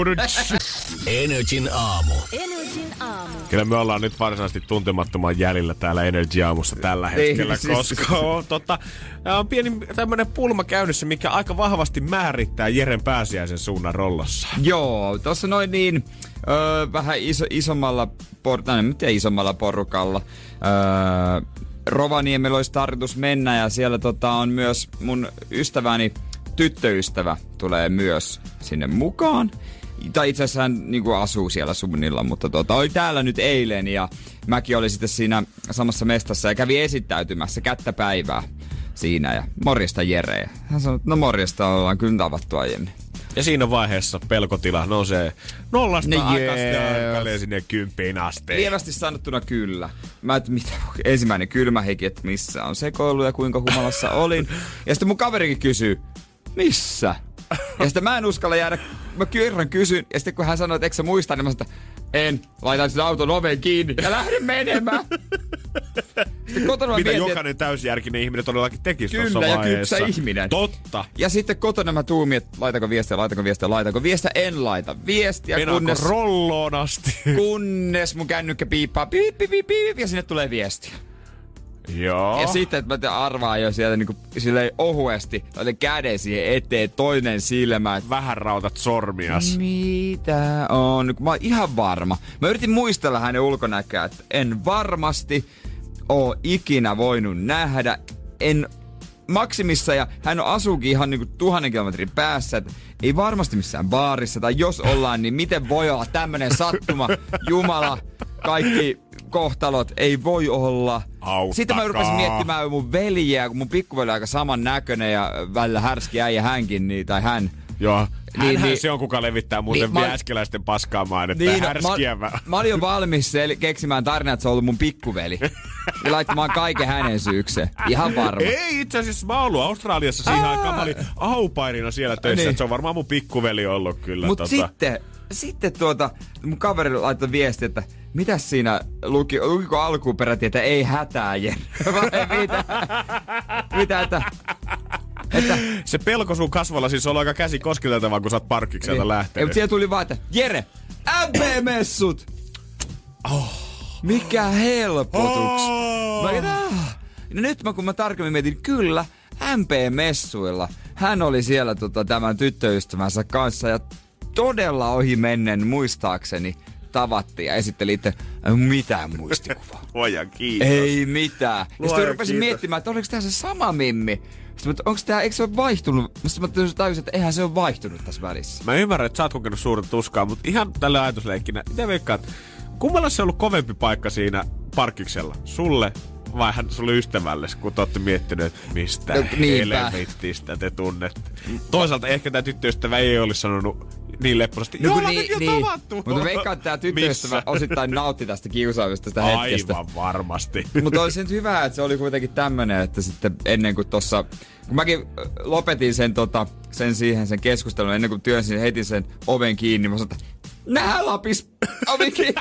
Speaker 3: Energin aamu.
Speaker 4: Energin aamu.
Speaker 5: Kyllä me ollaan nyt varsinaisesti tuntemattoman jäljellä täällä Energy Aamussa tällä hetkellä,
Speaker 6: siis,
Speaker 5: koska on, tota, on pieni tämmönen pulma käynnissä, mikä aika vahvasti määrittää Jeren Pääsiäisen suunnan Rollossa.
Speaker 6: Joo, tossa noin niin öö, vähän iso, isommalla, por, no, en tiedä, isommalla porukalla. Öö, Rovaniemellä olisi tarkoitus mennä ja siellä tota, on myös mun ystäväni tyttöystävä tulee myös sinne mukaan. Tai itse asiassa hän niin kuin asuu siellä suunnilla, mutta tota, oli täällä nyt eilen ja mäkin olin sitten siinä samassa mestassa ja kävi esittäytymässä kättä päivää siinä ja morjesta Jere. Hän sanoi, että no morjesta, ollaan kyllä tavattu aiemmin.
Speaker 5: Ja siinä vaiheessa pelkotila nousee nollasta
Speaker 6: Ne
Speaker 5: aikaistaan sinne kymppiin asti.
Speaker 6: Lievästi sanottuna kyllä. Mä et, mitä, ensimmäinen kylmä heki, että missä on sekoilu ja kuinka humalassa olin. Ja sitten mun kaverikin kysyy, missä? Ja sitten mä en uskalla jäädä, mä kerran kysyn, ja sitten kun hän sanoi, että eikö sä muista, niin mä sanoin, että en, laitan sen auton oven kiinni ja lähden menemään. Sitten kotona
Speaker 5: mitä
Speaker 6: mietin,
Speaker 5: jokainen täysjärkinen ihminen todellakin tekisi tuossa
Speaker 6: kyllä,
Speaker 5: vaiheessa.
Speaker 6: ja kypsä ihminen.
Speaker 5: Totta.
Speaker 6: Ja sitten kotona mä tuumin, että laitako viestiä, laitako viestiä, laitako viestiä, en laita viestiä.
Speaker 5: Meinaanko
Speaker 6: kunnes,
Speaker 5: rolloon asti?
Speaker 6: kunnes mun kännykkä piippaa, piip, piip, piip, piip, ja sinne tulee viestiä.
Speaker 5: Joo.
Speaker 6: Ja sitten, että mä arvaan jo sieltä niinku silleen ohuesti, laitan käden siihen eteen, toinen silmä. Et,
Speaker 5: vähän rautat sormias.
Speaker 6: mitä on? Mä oon ihan varma. Mä yritin muistella hänen ulkonäköä, että en varmasti oo ikinä voinut nähdä. En maksimissa, ja hän asuukin ihan niinku tuhannen kilometrin päässä, että ei varmasti missään baarissa, tai jos ollaan, niin miten voi olla tämmönen sattuma? Jumala, kaikki kohtalot ei voi olla.
Speaker 5: Auttakaa.
Speaker 6: Sitten mä rupesin miettimään mun veljeä, kun mun pikkuveli on aika saman näköinen ja välillä härski äijä hänkin, niin, tai hän.
Speaker 5: Joo, hänhän
Speaker 6: niin,
Speaker 5: se on, kuka levittää muuten
Speaker 6: niin,
Speaker 5: Jääskeläisten paskaa mainetta
Speaker 6: niin,
Speaker 5: härskiä.
Speaker 6: Mä, mä olin jo valmis sel- keksimään tarinaa, että se on ollut mun pikkuveli. Ja laittamaan kaiken hänen syykseen. Ihan varma.
Speaker 5: Ei, itse asiassa mä oon ollut Australiassa siihen aikaan. Mä olin aupairina siellä töissä, niin. Että se on varmaan mun pikkuveli ollut kyllä.
Speaker 6: Mut
Speaker 5: tota.
Speaker 6: sitten, sitten tuota, mun kaveri laittoi viesti, että mitäs siinä luki, lukiko alkuperäti, että ei hätää, Jen? Vai mitä? Mitä, että... Että,
Speaker 5: se pelko sun kasvalla siis on aika käsi kosketeltavaa, kun sä oot parkkikselta
Speaker 6: niin.
Speaker 5: lähtenyt.
Speaker 6: Mutta siellä tuli vaan, että Jere, M P-messut! Oh. Mikä helpotuks. Oh. Mä käyn, ah. No nyt mä, kun mä tarkemmin mietin, kyllä, M P-messuilla hän oli siellä tota, tämän tyttöystävänsä kanssa ja todella ohi mennen muistaakseni tavattiin ja esitteli itse mitään muistikuvaa.
Speaker 5: Luojan kiitos.
Speaker 6: Ei mitään. Ja sitten rupesin
Speaker 5: kiitos.
Speaker 6: miettimään, että oliko tää se sama Mimmi. Sitten onko tää, eikö se ole vaihtunut? Sitten mä tajusin, että eihän se ole vaihtunut tässä välissä.
Speaker 5: Mä ymmärrän, että sä oot kokenut suurta tuskaa, mutta ihan tälle ajatusleikkinä. Mitä veikkaat? Kummalla se on ollut kovempi paikka siinä parkkiksella? Sulle vai hän sulle ystävälle, kun te ootte miettinyt, että mistä
Speaker 6: no,
Speaker 5: helvetistä te tunnette. Toisaalta ehkä tää tyttöystävä ei olisi sanonut niin lepposasti.
Speaker 6: No,
Speaker 5: joo, ollaan
Speaker 6: niin,
Speaker 5: jo
Speaker 6: niin.
Speaker 5: tavattu.
Speaker 6: Mutta veikkaan, että tää tyttöystävä osittain nautti tästä kiusaamista tästä
Speaker 5: aivan
Speaker 6: hetkestä.
Speaker 5: Aivan varmasti.
Speaker 6: Mutta olisi nyt hyvä, että se oli kuitenkin tämmönen, että sitten ennen kuin tossa... Kun mäkin lopetin sen, tota, sen siihen sen keskustelun, ennen kuin työnsin, heitin sen oven kiinni, mä sanoin, että nää lapis ovi kiinni.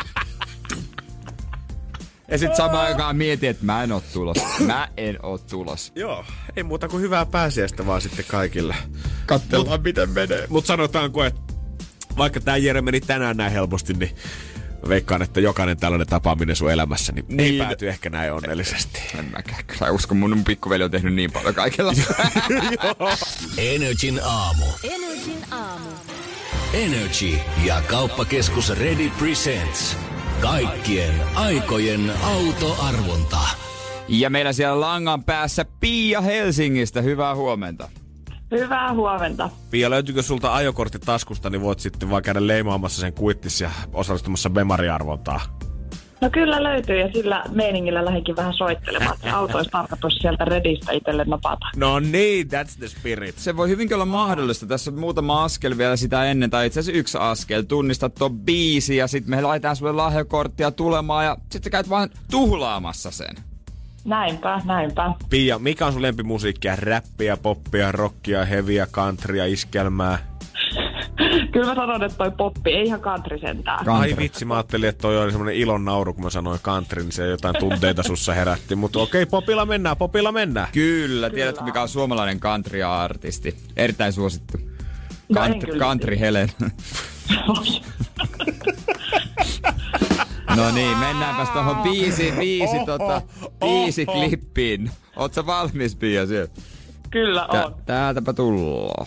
Speaker 6: Ja sit samaan aikaan mietin, että mä en oo tulos. Mä en oo tulos.
Speaker 5: Joo, ei muuta kuin hyvää pääsiäistä vaan sitten kaikille.
Speaker 6: Katsellaan miten menee.
Speaker 5: Mut sanotaanko, että vaikka tää Jere meni tänään näin helposti, niin Veikkaan, että jokainen tällainen tapaaminen sun elämässä niin ei
Speaker 6: Niin.
Speaker 5: pääty ehkä näin onnellisesti.
Speaker 6: En mäkään kyllä usko, mun pikkuveli on tehnyt niin paljon kaikenlaista.
Speaker 3: Energin aamu.
Speaker 4: Energin aamu.
Speaker 3: Energy ja kauppakeskus Ready Presents. Kaikkien aikojen autoarvonta.
Speaker 6: Ja meillä siellä langan päässä Pia Helsingistä. Hyvää huomenta.
Speaker 7: Hyvää huomenta.
Speaker 5: Pia, löytyykö sulta ajokortti taskusta, niin voit sitten vaan käydä leimaamassa sen kuittis ja osallistumassa Bemari-arvontaan.
Speaker 7: No kyllä löytyy ja sillä meiningillä lähdinkin vähän soittelemaan, että auto olisi tarkoitus sieltä Redistä itselle napata.
Speaker 5: No niin, that's the spirit.
Speaker 6: Se voi hyvinkin olla mahdollista. Tässä on muutama askel vielä sitä ennen, tai itse asiassa yksi askel. Tunnistat ton biisi ja sitten me laitetaan sulle lahjakorttia tulemaan ja sitten käyt vaan tuhlaamassa sen.
Speaker 7: Näinpä, näinpä.
Speaker 5: Pia, mikä on sun lempimusiikkia? Räppiä, poppia, rockia, heviä, countrya, iskelmää?
Speaker 7: Kyllä mä sanon, että toi poppi, ei ihan country sentään.
Speaker 5: Ai vitsi, mä ajattelin, että toi oli semmonen ilon nauru, kun mä sanoin country, niin se jotain tunteita sussa herätti. Mutta okei, popilla mennään, popilla mennään.
Speaker 6: Kyllä, tiedätkö mikä on suomalainen country-artisti? Erittäin suosittu.
Speaker 7: No en
Speaker 6: Country,
Speaker 7: kyllä.
Speaker 6: country Helen. No niin, mennäänpäs tohon biisi, biisi, tota, biisiklippiin. Oot sä valmis, Pia, siellä?
Speaker 7: Kyllä
Speaker 6: Tä,
Speaker 7: on.
Speaker 6: täältäpä tullaan.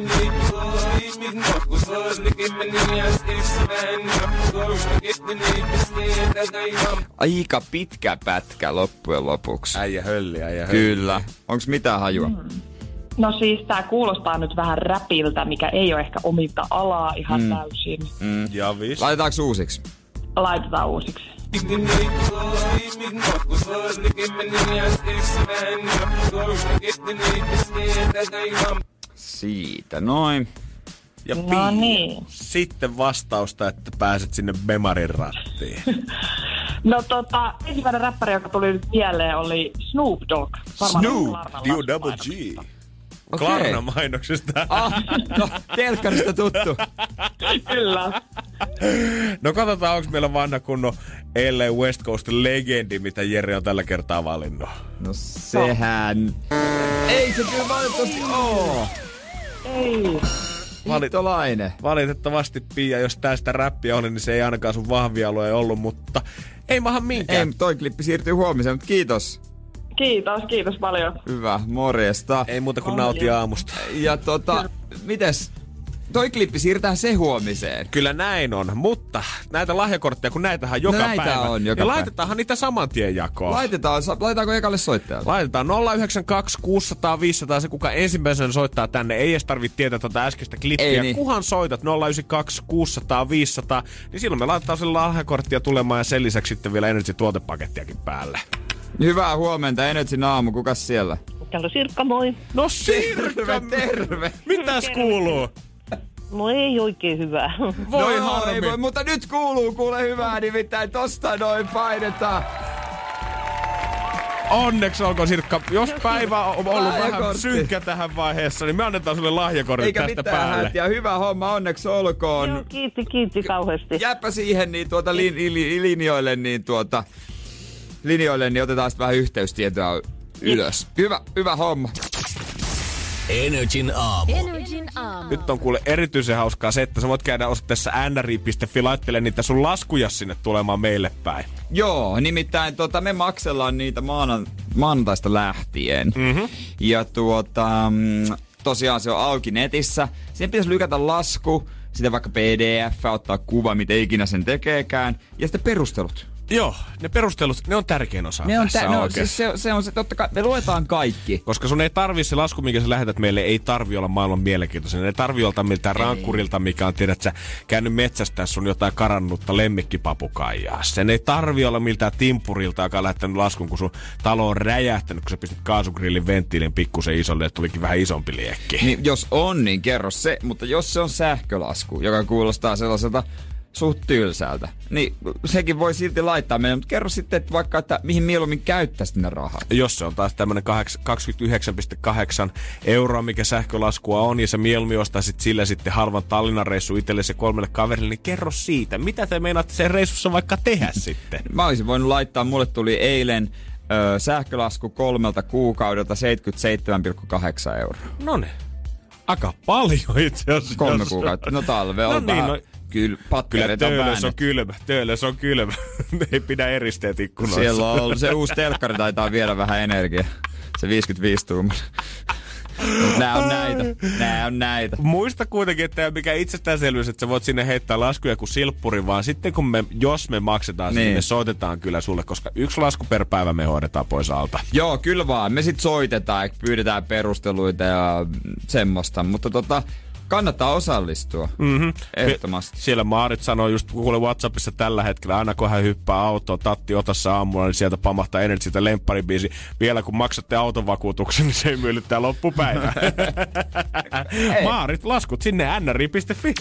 Speaker 6: Aika pitkä pätkä loppujen lopuksi.
Speaker 5: Äijä hölli, äijä hölli.
Speaker 6: Kyllä. Onks mitään hajua? Mm.
Speaker 7: No siis tää kuulostaa nyt vähän räpiltä, mikä ei ole ehkä ominta alaa ihan mm. täysin.
Speaker 6: Mm.
Speaker 5: Ja vis.
Speaker 6: Laitetaanko uusiksi?
Speaker 7: Laitetaan uusiksi.
Speaker 6: Siitä noin.
Speaker 5: Ja
Speaker 7: No
Speaker 5: Pia,
Speaker 7: niin.
Speaker 5: sitten vastausta, että pääset sinne Bemarin rattiin.
Speaker 7: No tota, ensimmäinen räppäri, joka tuli nyt mieleen, oli Snoop Dogg. Varmaan
Speaker 5: Snoop,
Speaker 7: Klarnan
Speaker 5: D O double G.
Speaker 7: laskumainoksesta.
Speaker 6: Okei.
Speaker 5: Klarnan mainoksesta.
Speaker 6: Ah, no, telkkarista tuttu.
Speaker 7: Kyllä.
Speaker 5: No katsotaan, onko meillä vanha kunnon L A West Coast legendi, mitä Jere on tällä kertaa valinnut.
Speaker 6: No sehän... Ei se kyllä valitettavasti oo.
Speaker 7: Ei.
Speaker 6: Hittolainen.
Speaker 5: Valitettavasti, Pia, jos tästä räppiä oli, niin se ei ainakaan sun vahvialue ollut, mutta ei maha minkään.
Speaker 6: Ei, toi klippi siirtyy huomiseen, mutta kiitos.
Speaker 7: Kiitos, kiitos paljon.
Speaker 6: Hyvä, morjesta.
Speaker 5: Ei muuta kuin nauti aamusta.
Speaker 6: Ja tota, mites? Toi klippi siirtää se huomiseen.
Speaker 5: Kyllä näin on, mutta näitä lahjakortteja, kun näitähän joka
Speaker 6: Näitä
Speaker 5: päivä.
Speaker 6: on joka
Speaker 5: ja
Speaker 6: päivä.
Speaker 5: laitetaanhan niitä saman tien jakoon.
Speaker 6: Laitetaan, sa- laitetaanko ekalle soittajalle?
Speaker 5: Laitetaan nolla yhdeksän kaksi kuusi nolla nolla viisi nolla nolla, se kuka ensimmäisenä soittaa tänne, ei edes tarvitse tietää tätä äskeistä klippiä.
Speaker 6: Ei niin.
Speaker 5: Kuhan soitat nolla yhdeksän kaksi kuusi nolla nolla viisi nolla nolla, niin silloin me laitetaan sen lahjakorttia tulemaan ja sen lisäksi sitten vielä Energy-tuotepakettiakin päälle.
Speaker 6: Hyvää huomenta, Energyn aamu, kukas siellä?
Speaker 8: Täällä on Sirkka, moi.
Speaker 5: No Sirkka!
Speaker 6: Terve, terve.
Speaker 5: Mitäs kuuluu?
Speaker 8: No ei oikein hyvää.
Speaker 5: Voi
Speaker 6: no,
Speaker 5: harmi.
Speaker 6: ei voi, mutta nyt kuuluu kuule hyvää, nimittäin tosta noin painetaan.
Speaker 5: Onneksi olkoon, Sirkka. Jos päivä on ollut vähän
Speaker 6: Lahjakortti.
Speaker 5: synkkä tähän vaiheessa, niin me annetaan sulle lahjakortit
Speaker 6: Eikä
Speaker 5: tästä
Speaker 6: mitään
Speaker 5: päälle.
Speaker 6: hätiä, hyvä homma, onneksi olkoon.
Speaker 8: Joo, kiitti, kiitti kauheasti.
Speaker 6: Jääpä siihen niin tuota lin, li, linjoille, niin tuota, linjoille, niin otetaan sitten vähän yhteystietoa ylös. Hyvä, hyvä homma.
Speaker 3: Energin aamu.
Speaker 4: Energin aamu.
Speaker 5: Nyt on kuule erityisen hauskaa se, että sä voit käydä osoitteessa n r i piste f i laittele niitä sun laskuja sinne tulemaan meille päin.
Speaker 6: Joo, nimittäin tota, me maksellaan niitä maanan, maanantaista lähtien. Mm-hmm. Ja tuota, mm, tosiaan se on auki netissä. Siihen pitäisi lykätä lasku, sitten vaikka P D F, ottaa kuva, mitä ikinä sen tekeekään. Ja sitten perustelut.
Speaker 5: Joo, ne perustelut, ne on tärkein osa
Speaker 6: Ne on,
Speaker 5: tässä
Speaker 6: tä- no,
Speaker 5: oikein.
Speaker 6: siis se, se on se, totta kai, me luetaan kaikki.
Speaker 5: Koska sun ei tarvii se lasku, minkä sä lähetät meille, ei tarvi olla maailman mielenkiintoisen. Ei tarvi olla miltään rankkurilta, mikä on, tiedät sä, käynyt metsästää sun jotain karannutta lemmikkipapukaijaa. Sen ei tarvi olla miltään timpurilta, joka on lähettänyt laskun, kun sun talo on räjähtänyt, kun sä pistit kaasugrillin venttiilin pikkusen isolle, että tulikin vähän isompi liekki.
Speaker 6: Niin, jos on, niin kerro se. Mutta jos se on sähkölasku, joka kuulostaa sellaiselta suht tylsältä, niin sekin voi silti laittaa meille. Mutta kerro sitten, että vaikka, että mihin mieluummin käyttäisit ne rahat.
Speaker 5: Jos se on taas tämmönen kaksikymmentäyhdeksän pilkku kahdeksan euroa, mikä sähkölaskua on, ja sä mieluummin ostaisit sillä sitten halvan Tallinnan reissu itsellesi ja kolmelle kaverille, niin kerro siitä. Mitä te meinaatte sen reissussa vaikka tehdä sitten?
Speaker 6: Mä olisin voinut laittaa, mulle tuli eilen ö, sähkölasku kolmelta kuukaudelta seitsemänkymmentäseitsemän pilkku kahdeksan euroa.
Speaker 5: Noniin. Aika paljon itse asiassa.
Speaker 6: Kolme kuukautta. No talve on
Speaker 5: No niin,
Speaker 6: vähän.
Speaker 5: no,
Speaker 6: Kyllä,
Speaker 5: Kyllä
Speaker 6: pattereita on
Speaker 5: töölös on
Speaker 6: väännetty.
Speaker 5: kylmä, töölös on kylmä. Ei pidä eristeet ikkunoissa.
Speaker 6: Siellä on ollut se uusi telkkari, taitaa viedä vähän energiaa. Se viisikymmentäviisi tuuman. Nää on näitä. Nää on näitä.
Speaker 5: Muista kuitenkin, että ei ole mikään itsestäänselvyys, että sä voit sinne heittää laskuja kuin silppuri, vaan sitten kun me, jos me maksetaan niin. sinne, me soitetaan kyllä sulle, koska yksi lasku per päivä me hoidetaan pois alta.
Speaker 6: Joo, kyllä vaan. Me sit soitetaan ja pyydetään perusteluita ja semmoista, mutta tota... Kannattaa osallistua.
Speaker 5: Mm-hmm.
Speaker 6: Ehdottomasti.
Speaker 5: Siellä Maarit sanoo just, kun kuule WhatsAppissa tällä hetkellä, aina kun hän hyppää autoon, tatti otassa aamulla, niin sieltä pamahtaa Energyltä lempparibiisi. Vielä kun maksatte auton vakuutuksen, niin se ei myllyttää loppupäivää. Maarit, laskut sinne n r i piste f i.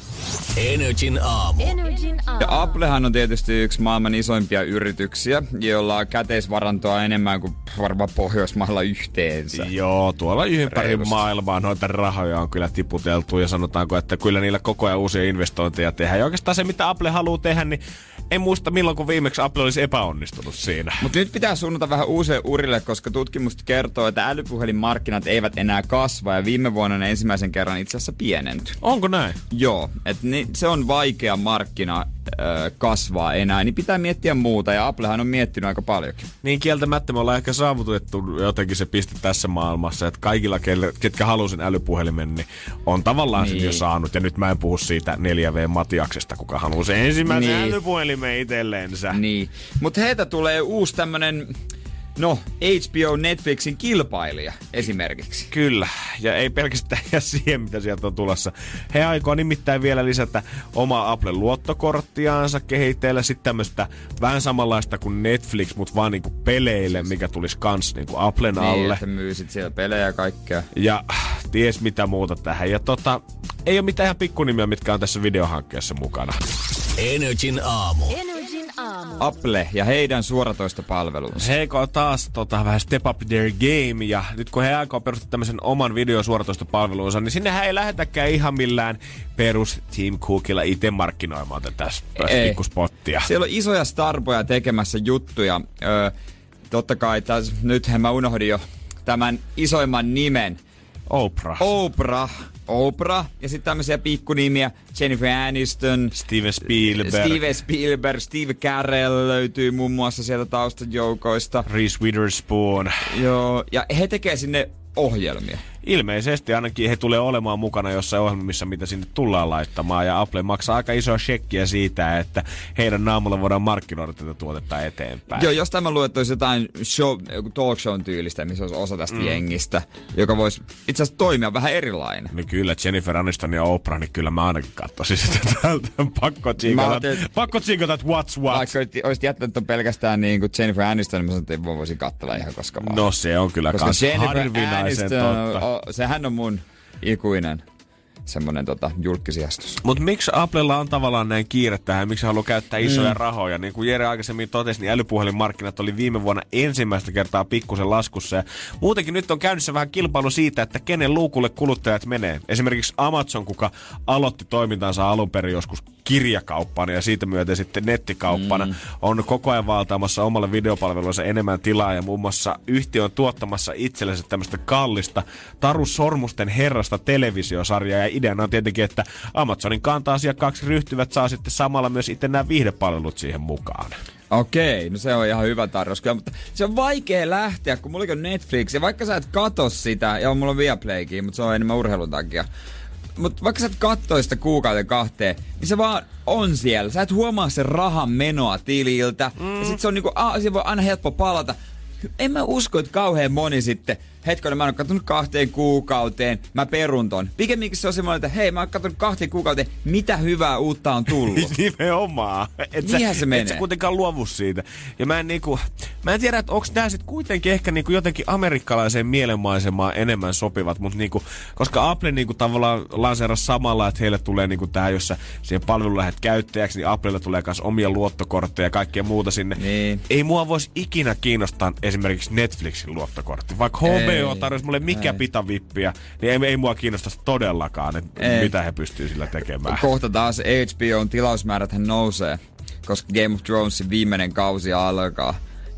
Speaker 3: Energin aamu.
Speaker 4: Energin aamu.
Speaker 6: Ja Applehan on tietysti yksi maailman isoimpia yrityksiä, jolla on käteisvarantoa enemmän kuin varmaan Pohjoismailla yhteensä.
Speaker 5: Joo, tuolla ympäri
Speaker 6: Reilusti.
Speaker 5: maailmaa noita rahoja on kyllä tiputeltu ja sanotaanko, että kyllä niillä koko ajan uusia investointeja tehdään. Ja oikeastaan se, mitä Apple haluaa tehdä, niin en muista milloin, kun viimeksi Apple olisi epäonnistunut siinä.
Speaker 6: Mutta nyt pitää suunnata vähän uusille urille, koska tutkimusta kertoo, että älypuhelinmarkkinat eivät enää kasva ja viime vuonna ne ensimmäisen kerran itse asiassa pienentyi.
Speaker 5: Onko näin?
Speaker 6: Joo, että niin, se on vaikea markkina ö, kasvaa enää, niin pitää miettiä muuta ja Applehan on miettinyt aika paljonkin.
Speaker 5: Niin kieltämättä me ollaan ehkä saavutettu jotenkin se piste tässä maailmassa, että kaikilla, ketkä haluaa sen älypuhelimen, niin on tavallaan niin. sen jo saanut. Ja nyt mä en puhu siitä neljä V Matiaksesta, kuka haluaa sen ensimmäisen niin. älypuhelimen itsellensä.
Speaker 6: Niin, mutta heitä tulee uusi tämmönen, no, H B O Netflixin kilpailija esimerkiksi.
Speaker 5: Kyllä, ja ei pelkästään jää siihen, mitä sieltä on tulossa. He aikoo nimittäin vielä lisätä omaa Applen luottokorttiaansa, kehitteellä sitten tämmöistä vähän samanlaista kuin Netflix, mutta vaan niinku peleille, mikä tulisi kans niinku Applen alle.
Speaker 6: Niin, että myy sit siellä pelejä ja kaikkea.
Speaker 5: Ja ties mitä muuta tähän. Ja tota, ei ole mitään ihan pikkunimiä, mitkä on tässä videohankkeessa mukana.
Speaker 3: Energin aamu.
Speaker 4: Energin aamu.
Speaker 6: Apple ja heidän suoratoistopalvelunsa.
Speaker 5: He aikoo taas tota, vähän step up their game, ja nyt kun he aikoo perustaa tämmöisen oman videosuoratoistopalvelunsa, niin sinnehän ei lähetäkään ihan millään perus Tim Cookilla itse markkinoimaan tätä pikkuspottia.
Speaker 6: Siellä on isoja starboja tekemässä juttuja. Öö, totta kai, täs, nythän mä unohdin jo tämän isoimman nimen.
Speaker 5: Oprah.
Speaker 6: Oprah. Oprah. Ja sitten tämmöisiä pikkunimiä. Jennifer Aniston.
Speaker 5: Steven Spielberg.
Speaker 6: Steven Spielberg. Steve Carell löytyy muun muassa sieltä taustajoukoista.
Speaker 5: Reese Witherspoon.
Speaker 6: Joo. Ja he tekee sinne ohjelmia.
Speaker 5: Ilmeisesti ainakin he tulee olemaan mukana jossain ohjelmissa, mitä sinne tullaan laittamaan. Ja Apple maksaa aika isoa shekkiä siitä, että heidän naamulla voidaan markkinoida tätä tuotetta eteenpäin.
Speaker 6: Joo, jos tämä luet olisi jotain show, talk shown tyylistä, missä olisi osa tästä mm. jengistä, joka voisi itse asiassa toimia vähän erilainen.
Speaker 5: Niin kyllä, Jennifer Aniston ja Oprah, niin kyllä mä ainakin katsoisin sitä täältä. Pakko tsiikata, pakko tsiikata, että what's what.
Speaker 6: Vaikka olisit jättänyt ton pelkästään niin kuin Jennifer Aniston, niin mä sanoin, että voisin katsella ihan koska vaan.
Speaker 5: No se on kyllä kans harvinaisen totta.
Speaker 6: O, sehän on mun ikuinen semmonen tota, julkkisijastus.
Speaker 5: Mutta miksi Applella on tavallaan näin kiire tähän? Miksi haluaa käyttää isoja mm. rahoja? Niin kuin Jere aikaisemmin totesi, niin älypuhelinmarkkinat oli viime vuonna ensimmäistä kertaa pikkusen laskussa. Ja muutenkin nyt on käynnissä vähän kilpailu siitä, että kenen luukulle kuluttajat menee. Esimerkiksi Amazon, kuka aloitti toimintansa alun perin joskus kirjakauppana ja siitä myöten sitten nettikauppana, mm. on koko ajan valtaamassa omalle videopalvelunsa enemmän tilaa ja muun muassa yhtiö on tuottamassa itsellensä tämmöistä kallista Taru Sormusten herrasta televisiosarjaa ja ideana on tietenkin, että Amazonin kanta-asiakkaaksi ryhtyvät saa sitten samalla myös itse nämä viihdepalvelut siihen mukaan.
Speaker 6: Okei, no se on ihan hyvä tarjous kyllä, mutta se on vaikea lähteä, kun mulla on Netflix ja vaikka sä et katso sitä, ja mulla on Viaplaykin, mutta se on enemmän urheilun takia. Mutta vaikka sä et kattoo sitä kuukauden kahteen, niin se vaan on siellä. Sä et huomaa sen rahan menoa tililtä. Mm. Ja sit se on niinku, a, se voi aina helppo palata. En mä usko, että kauhean moni sitten, hetkonen, mä en ole katsonut kahteen kuukauteen, mä perun ton. Pikemminkin se on semmoinen, että hei, mä oon katsonut kahteen kuukauteen, mitä hyvää uutta on tullut.
Speaker 5: Nimenomaan. Et
Speaker 6: Niinhän
Speaker 5: sä,
Speaker 6: se menee.
Speaker 5: Et sä kuitenkaan luovu siitä. Ja mä en niinku, mä en tiedä, että onks nää sit kuitenkin ehkä niinku jotenkin amerikkalaiseen mielenmaisemaan enemmän sopivat, mutta niinku, koska Apple niinku tavallaan lanseerasi samalla, että heille tulee niinku tää, jossa siihen palveluun lähdet käyttäjäksi, niin Applelle tulee kans omia luottokortteja ja kaikkea muuta sinne. Niin. Ei mua vois ikinä kiinnostaa esimerkiksi Netflixin luottokortti, vaikka H B O tarjosi mulle mikä pitavippiä, niin ei, ei mua kiinnosta todellakaan, että ei. Mitä he pystyy sillä tekemään.
Speaker 6: Kohta taas H B O:n tilausmääräthän nousee, koska Game of Thronesin viimeinen kausi alkaa.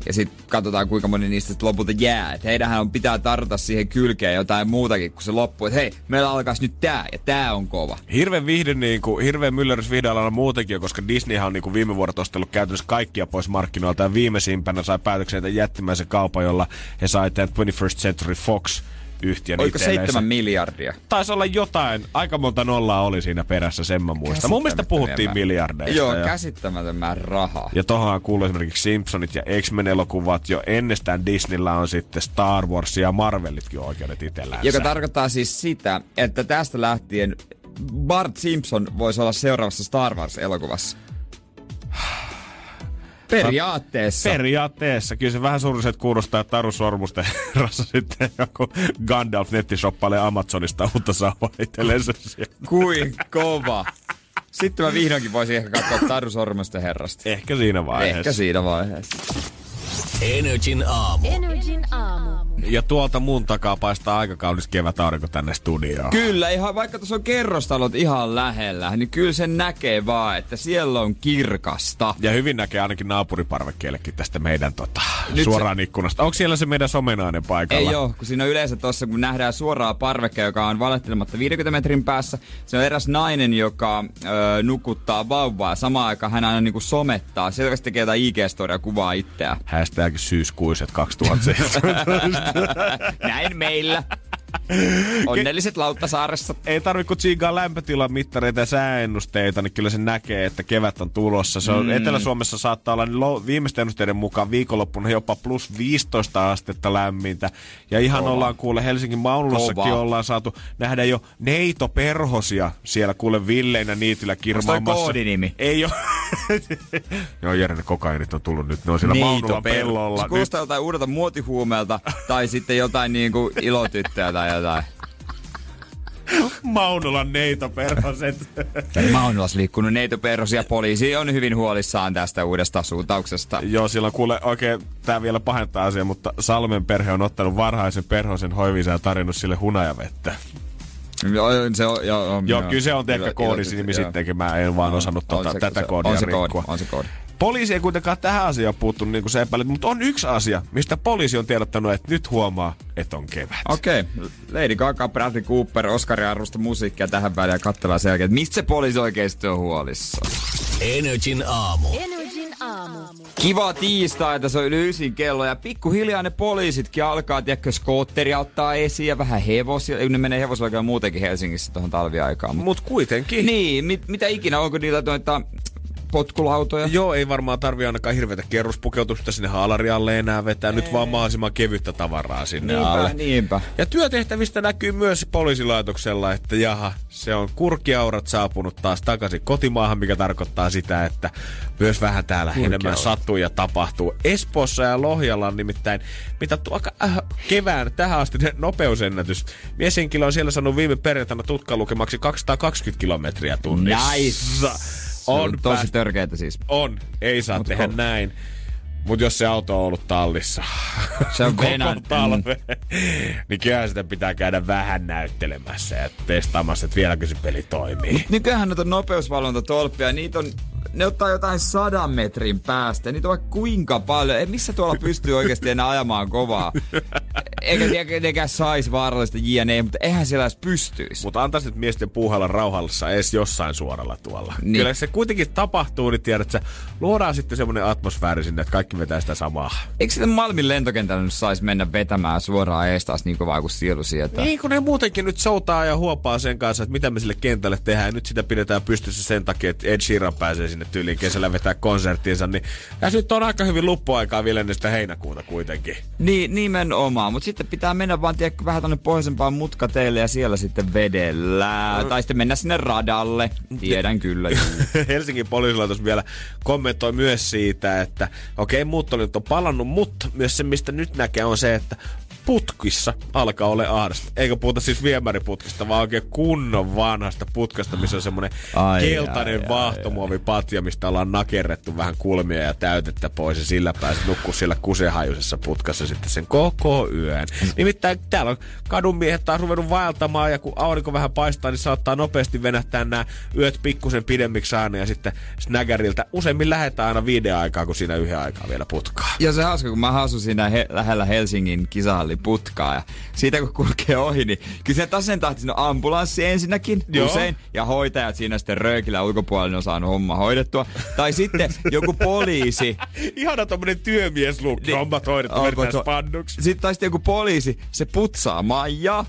Speaker 6: Ja sitten katsotaan, kuinka moni niistä sit lopulta jää. Et heidänhän on pitää tarjota siihen kylkeen jotain muutakin, kun se loppuu. Että hei, meillä alkaisi nyt tää, ja tää on kova.
Speaker 5: Hirveän viihde, niinku, hirveän myllerys viihdealalla muutenkin, koska Disneyhän on niinku viime vuodet ostellut käytännössä kaikkia pois markkinoilta. Ja viimeisimpänä sai päätöksen tämän jättimäisen kaupan, jolla he sai tämän twenty-first Century Fox yhtiön.
Speaker 6: Oliko seitsemän miljardia?
Speaker 5: Taisi olla jotain. Aika monta nollaa oli siinä perässä, sen mä muistan. Mun mielestä puhuttiin mä... miljardeista.
Speaker 6: Joo,
Speaker 5: ja...
Speaker 6: käsittämätön määrä rahaa.
Speaker 5: Ja tohon kuuluu esimerkiksi Simpsonit ja X-Men-elokuvat. Jo ennestään Disneyllä on sitten Star Wars ja Marvelitkin oikeudet itsellänsä.
Speaker 6: Joka tarkoittaa siis sitä, että tästä lähtien Bart Simpson voisi olla seuraavassa Star Wars-elokuvassa. Periaatteessa.
Speaker 5: Periaatteessa. Kyllä se vähän surulliset kuulostaa, että Taru Sormusten herrassa sitten joku Gandalf nettishoppailee Amazonista uutta saavaa itsellensä.
Speaker 6: Kuin kova. Sitten mä vihdoinkin voisin ehkä katsoa Taru Sormusten herrasta.
Speaker 5: Ehkä siinä vaiheessa.
Speaker 6: Ehkä siinä vaiheessa.
Speaker 3: Energin aamu.
Speaker 4: Energin aamu.
Speaker 5: Ja tuolta mun takaa paistaa aika kaunis kevätaurinko tänne studioon.
Speaker 6: Kyllä, ihan vaikka tuossa on kerrostalot ihan lähellä, niin kyllä sen näkee vaan, että siellä on kirkasta.
Speaker 5: Ja hyvin näkee ainakin naapuriparvekkeellekin tästä meidän tota, suoraan se... ikkunasta. Onko siellä se meidän somenainen paikalla?
Speaker 6: Ei oo, kun siinä on yleensä tuossa, kun nähdään suoraa parvekkeja, joka on valehtelematta viidenkymmenen metrin päässä. Se on eräs nainen, joka öö, nukuttaa vauvaa. Samaan aikaan hän aina niinku somettaa. Selvästi tekee jotain I G-storia, kuvaa itseään.
Speaker 5: Hashtag syyskuiset kaksituhattaseitsemäntoista.
Speaker 6: Näin meillä. Onnelliset Lauttasaaressa.
Speaker 5: Ei tarvitse kun tsiigaa lämpötilamittareita ja sääennusteita, niin kyllä se näkee, että kevät on tulossa. Se on, mm. Etelä-Suomessa saattaa olla niin viimeisten ennusteiden mukaan viikonloppuna jopa plus viisitoista astetta lämmintä. Ja ihan Kova. Ollaan kuule Helsingin Maunulassakin ollaan saatu nähdä jo neitoperhosia siellä kuule villeinä niityllä kirmaamassa.
Speaker 6: Onko toi koodinimi?
Speaker 5: Ei oo. Joo, Jere, ne kokainit on tullut nyt. Ne on siellä Maunulan pellolla.
Speaker 6: Se kuulostaa nyt jotain uudelta muotihuumeelta tai sitten jotain niinku ilotyttöä tai jotain.
Speaker 5: Maunulan neitoperhoset.
Speaker 6: Maunulas liikkunut neitoperhosia. Poliisi on hyvin huolissaan tästä uudesta suuntauksesta.
Speaker 5: Joo, sillä kuule oikein, tää vielä pahentaa asia, mutta Salmen perhe on ottanut varhaisen perhosen hoiviinsa ja tarjonnut sille hunajavettä.
Speaker 6: Joo, se on, joo,
Speaker 5: joo, joo, kyllä se on ehkä koodinimi sittenkin. Mä en vaan osannut tota,
Speaker 6: se,
Speaker 5: tätä
Speaker 6: se,
Speaker 5: koodia
Speaker 6: on se
Speaker 5: rikkua.
Speaker 6: Koodi, on se koodi.
Speaker 5: Poliisi ei kuitenkaan tähän asiaan puuttunut niin kuin se epäilet, mutta on yksi asia, mistä poliisi on tiedottanut, että nyt huomaa, että on kevät.
Speaker 6: Okei. Okay. Lady Gaga, Bradley Cooper, Oscarin arvosta musiikkia tähän väliin ja katsellaan sen jälkeen, että mistä se poliisi oikeasti on huolissaan.
Speaker 3: Energin aamu.
Speaker 4: Energin aamu.
Speaker 6: Kiva tiistaita, se on ysin kello ja pikkuhiljaa ne poliisitkin alkaa, tiedätkö, skootteria ottaa esiin ja vähän hevosia. Ne menee hevosella muutenkin Helsingissä tuohon talviaikaan.
Speaker 5: Mut, Mut kuitenkin.
Speaker 6: Niin, mit, mitä ikinä, onko niitä noita potkulautoja?
Speaker 5: Joo, ei varmaan tarvii ainakaan hirveätä kerrospukeutusta sinne haalarialle enää vetää. Ei. Nyt vaan mahdollisimman kevyttä tavaraa sinne
Speaker 6: niinpä,
Speaker 5: alle.
Speaker 6: Niinpä.
Speaker 5: Ja työtehtävistä näkyy myös poliisilaitoksella, että jaha, se on kurkiaurat saapunut taas takaisin kotimaahan, mikä tarkoittaa sitä, että myös vähän täällä Kurkiaurat. Enemmän sattuu ja tapahtuu. Espoossa ja Lohjalla on nimittäin mitattu aika äh, kevään tähän asti nopeusennätys. Mieshenkilö on siellä saanut viime perjantaina tutkalukemaksi kaksisataakaksikymmentä kilometriä tunnissa.
Speaker 6: Nice.
Speaker 5: On
Speaker 6: tosi
Speaker 5: pääst...
Speaker 6: törkeetä siis.
Speaker 5: On, ei saa Mut tehdä kol... näin. Mut jos se auto on ollut tallissa
Speaker 6: se on
Speaker 5: koko talve, niin kyllähän sitä pitää käydä vähän näyttelemässä ja testaamassa, että vieläkö se peli toimii.
Speaker 6: Mut nykyään noita nopeusvalvontatolppia, niitä on, ne ottaa jotain sadan metrin päästä. Niitä on vaikka kuinka paljon. Ei missä tuolla pystyy oikeasti enää ajamaan kovaa. Eikä tietenkään saisi vaarallista jne, mutta eihän siellä edes pystyisi.
Speaker 5: Mutta antaisi nyt miesten puuhailla rauhallassa edes jossain suoralla tuolla. Niin. Kyllä se kuitenkin tapahtuu, niin tiedät, että luodaan sitten semmoinen atmosfääri sinne, että kaikki vetää sitä samaa.
Speaker 6: Eikö sitten Malmin lentokentällä nyt saisi mennä vetämään suoraan ees taas niin kovaa kuin sielu sieltä?
Speaker 5: Niin, kun ne muutenkin nyt soutaa ja huopaa sen kanssa, että mitä me sille kentälle tehdään. Ja nyt sitä pidetään pystyssä sen takia, että Ed Sheeran pääsee sinne tyyliin kesällä vetää konserttiinsa. Niin, ja nyt on aika hyvin luppuaikaa vielä ennen sitä heinäkuuta kuitenkin.
Speaker 6: Niin, nimenomaan. Mutta sitten pitää mennä vaan tiedä, vähän tonne pohjoisempaan mutkateille ja siellä sitten vedellä. Mm. Tai sitten mennä sinne radalle. Tiedän kyllä.
Speaker 5: Helsingin poliisilaitos vielä kommentoi myös siitä, että okei, okay, muuttolinjat on palannut, mutta myös se, mistä nyt näkee, on se, että putkissa alkaa ole ahdasta. Eikä puhuta siis viemäriputkista, vaan oikein kunnon vanhasta putkasta, missä on semmoinen ai, keltainen ai, vaahtomuovipatja, mistä ollaan nakerrettu vähän kulmia ja täytettä pois. Ja sillä pääset nukkua siellä kusehajuisessa putkassa sitten sen koko yön. Nimittäin täällä on kadunmiehet taas ruvennut vaeltamaan ja kun aurinko vähän paistaa, niin saattaa nopeasti venähtää nämä yöt pikkusen pidemmiksi aina ja sitten snägäriltä useimmin lähdetään aina viiden aikaa, kun siinä yhden aikaa vielä putkaa.
Speaker 6: Ja se hauska, kun mä asun siinä he- lähellä Helsingin kisahalliputkaa ja siitä kun kulkee ohi, niin kyllä se tasen tahti no ambulanssi ensinnäkin joo. usein ja hoitajat siinä sitten röökillä ulkopuolella on saanut homma hoidettua. Tai sitten joku poliisi.
Speaker 5: Ihana tommonen työmiesluukki, niin, hommat hoidettu vertaan spannuksi.
Speaker 6: Sitten tai sitten joku poliisi, se putsaa Maijaa.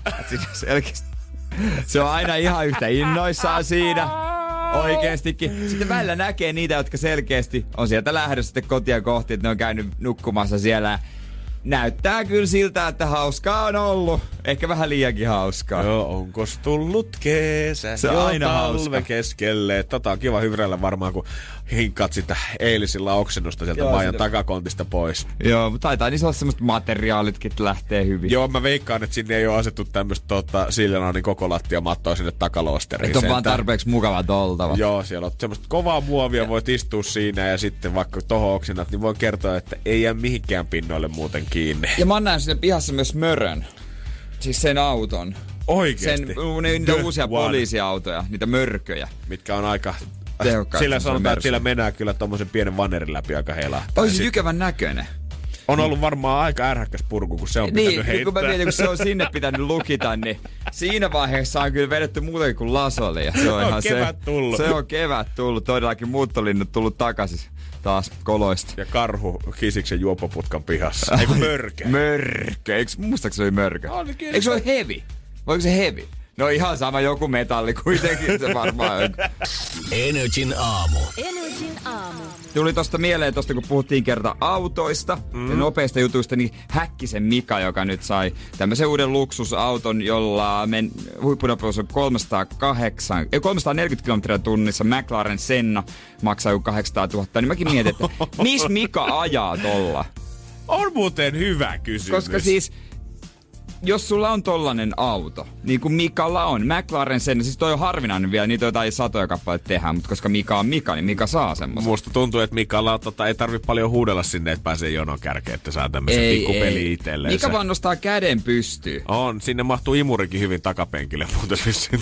Speaker 6: Se on aina ihan yhtä innoissaan siinä. Oikeestikin. Sitten välillä näkee niitä, jotka selkeästi on sieltä lähdössä sitten kotia kohti, että ne on käynyt nukkumassa siellä. Näyttää kyllä siltä, että hauskaa on ollut. Ehkä vähän liiankin hauskaa.
Speaker 5: Joo, onkos tullut kesä?
Speaker 6: Se on aina hauska.
Speaker 5: Keskelle. Tota on kiva hyrrellä varmaan, kun hinkkaat sitä eilisillä oksennusta sieltä Maijan takakontista pois.
Speaker 6: Joo, mutta taitaa niissä olla semmoset materiaalitkin, että lähtee hyvin.
Speaker 5: Joo, mä veikkaan, että sinne ei ole asettu tämmöstä tota, Siljanaanin koko lattiamattoa sinne takaloosteriin.
Speaker 6: Että on vaan tarpeeksi mukavat oltava.
Speaker 5: Joo, siellä on semmoista kovaa muovia, voit istua siinä ja sitten vaikka tohon oksennat, niin voin kertoa, että ei jää mihinkään pinnoille muuten kiinni.
Speaker 6: Ja mä oon nähnyt sinne pihassa myös mörön. Siis sen auton.
Speaker 5: Oikeesti?
Speaker 6: Sen, niitä uusia one. Poliisiautoja, niitä mörköjä.
Speaker 5: Mitkä on aika
Speaker 6: tehokkaat.
Speaker 5: Sillä sanotaan, että sillä mennään kyllä tommosen pienen vannerin läpi aika helahtaa.
Speaker 6: Olisi jykevän näköinen.
Speaker 5: On ollut varmaan aika ärhäkkäs purku, kun se on
Speaker 6: niin,
Speaker 5: pitänyt heittää.
Speaker 6: Niin, kun mä mietin, kun se on sinne pitänyt lukita, niin siinä vaiheessa on kyllä vedetty muutenkin kuin lasolia. Se on, ihan
Speaker 5: kevät
Speaker 6: se,
Speaker 5: tullut.
Speaker 6: Se on kevät tullut. Todellakin muuttolinnut tullut takaisin taas koloista.
Speaker 5: Ja karhu kisiksen juopoputkan pihassa. Eikö mörkö?
Speaker 6: Mörkö. Eikö muistaakseni se oli mörkö? Eikö se ole hevi? Voiko se hevi? No ihan sama joku metalli kuitenkin se varmaan on.
Speaker 3: Energin aamu.
Speaker 4: Energin aamu.
Speaker 6: Tuli tosta mieleen tosta, kun puhuttiin kerta autoista mm. ja nopeista jutuista, niin Häkkisen Mika, joka nyt sai tämmöisen uuden luksusauton, jolla men, huippunopeus on kolmesataakahdeksan, ei, kolmesataaneljäkymmentä kilometriä tunnissa, McLaren Senna maksaa jo kahdeksansataatuhatta, niin mäkin mietin, että missä Mika ajaa tolla?
Speaker 5: On muuten hyvä kysymys.
Speaker 6: Koska siis jos sulla on tollanen auto, niin kuin Mikalla on, McLaren sen, siis toi on harvinainen vielä, niitä jotain satoja kappaleita tehdään, mutta koska Mika on Mika, niin Mika saa semmoisen.
Speaker 5: Musta tuntuu, että Mikalla tota, ei tarvi paljon huudella sinne, että pääsee jonon kärkeen, että saa tämmöisen pikkupeli itselleen.
Speaker 6: Mika vaan nostaa käden pystyyn.
Speaker 5: On, sinne mahtuu imurikin hyvin takapenkille, mutta vissiin